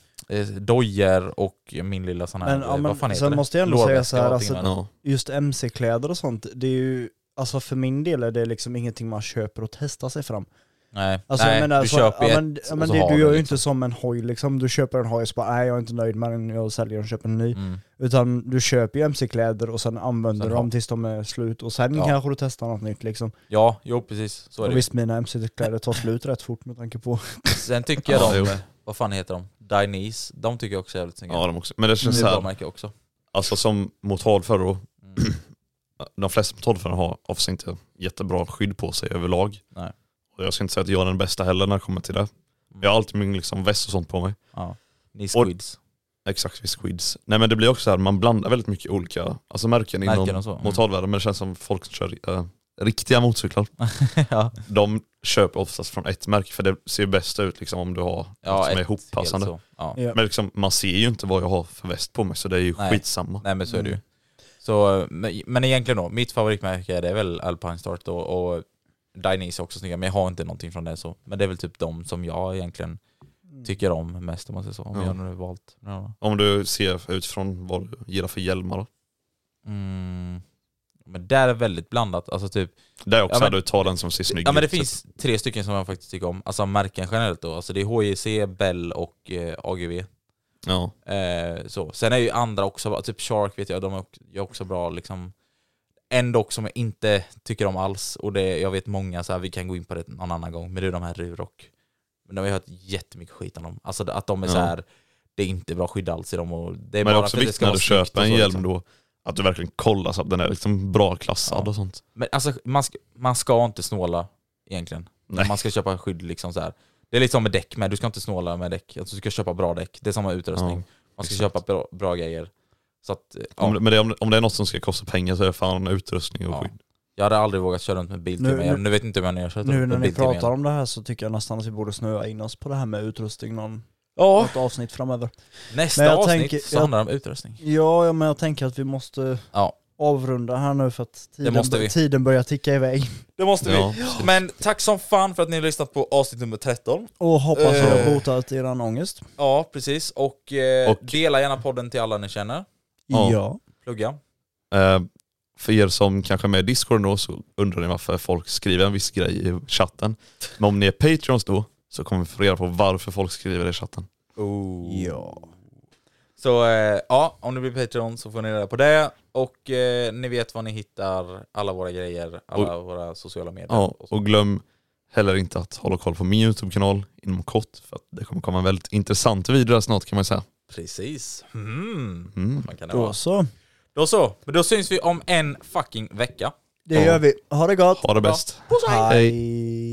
Dojer och min lilla sån här, men, ja, men, vad fan heter sen det? måste jag ändå säga så här, alltså, ja. just M C-kläder och sånt, det är ju, alltså för min del är det liksom ingenting man köper och testar sig fram. Nej, alltså, nej men, du alltså, köper ja, ett men, ja, men det, du gör ju inte som en hoj liksom, du köper en hoj och så bara, nej jag är inte nöjd med den, jag säljer och köper en ny. Mm. Utan du köper ju M C-kläder och sen använder sen dem har... tills de är slut, och sen ja. kanske du testar något nytt liksom. Ja, jo precis, så är det. Och visst, mina M C-kläder tar slut rätt fort med tanke på. Sen tycker jag de, vad fan heter de? Dainese, de tycker jag också är jävligt snygga. Ja, de också. Men det känns det är så bra märke också. Alltså som motorförare då, mm. de flesta motorförare har oftast inte jättebra skydd på sig överlag. Nej. Och jag ska inte säga att jag är den bästa heller när det kommer till det. Mm. Jag har alltid min liksom väst och sånt på mig. Ja, ni squids. Och, exakt, vi squids. Nej, men det blir också så här, man blandar väldigt mycket olika alltså märken, märken inom mm. motorvärlden, men det känns som folk som kör äh, riktiga motorcyklar. Ja. De köper oftast från ett märke, för det ser bäst ut liksom, om du har ja, något som är ihoppassande. Ja. Men liksom, man ser ju inte vad jag har för väst på mig, så det är ju Nej. skitsamma. Nej, men så är det ju. Så, men, men egentligen då, mitt favoritmärke är det väl Alpine Start då, och Dainese är också snygga, men jag har inte någonting från det så. Men det är väl typ de som jag egentligen tycker om mest, om man säger så. Om ja. jag nu har valt. Ja. Om du ser utifrån vad du ger för hjälmar då? Mm. Men där är väldigt blandat. Alltså typ, där också, ja, men, du tar den som ser snygg ut. Ja, men det finns tre stycken som jag faktiskt tycker om. Alltså märken generellt då. Alltså det är H J C, Bell och eh, A G V. Ja. Eh, så. Sen är ju andra också bra. Typ Shark vet jag, de är också bra liksom. En dock som jag inte tycker om alls, och det, jag vet många så här, vi kan gå in på det någon annan gång, men det är de här Rurock. Men de har jag hört jättemycket skit om dem. Alltså att de är ja. så här, det är inte bra skydd alls i dem, och det är men bara också för att det ska när du köper en så, hjälm liksom. Då att du verkligen kollar så att den är liksom bra klassad ja. och sånt. Men alltså man ska, man ska inte snåla egentligen. Nej. Man ska köpa skydd liksom så här. Det är liksom med däck med, du ska inte snåla med däck. Alltså, du ska köpa bra däck. Det är samma utrustning. Ja, man ska exakt. köpa bra, bra grejer. Så att, ja. om, men det, om, om det är något som ska kosta pengar så är det fan utrustning och ja. skydd. Jag hade aldrig vågat köra runt med bil till nu, mig. Nu vet inte om jag har kört Nu när ni pratar med. om det här så tycker jag nästan att vi borde snöa in oss på det här med utrustning någon, ja. något avsnitt framöver. Nästa avsnitt tänker, så jag, handlar det om utrustning. Ja, ja, men jag tänker att vi måste ja. avrunda här nu för att tiden, måste vi. tiden börjar ticka iväg. Det måste ja. vi. Men tack som fan för att ni har lyssnat på avsnitt nummer tretton. Och hoppas att uh, jag har botat eran ångest. Ja, precis. Och, eh, och dela gärna podden till alla ni känner. Ja. ja. Plugga. Uh, för er som kanske är med i Discord då, så undrar ni varför folk skriver en viss grej i chatten. Men om ni är Patreons då, så kommer vi få reda på varför folk skriver det i chatten. Oh. Ja. Så eh, ja, om ni blir Patreon så får ni reda på det. Och eh, ni vet var ni hittar alla våra grejer, alla och, våra sociala medier. Ja, och, och glöm heller inte att hålla koll på min YouTube-kanal inom kort, för att det kommer komma en väldigt intressant video där snart, kan man säga. Precis. Mm. Mm. Man kan då så. Då så. Men då syns vi om en fucking vecka. Det gör vi. Ha det gott. Ha det bäst. Hej.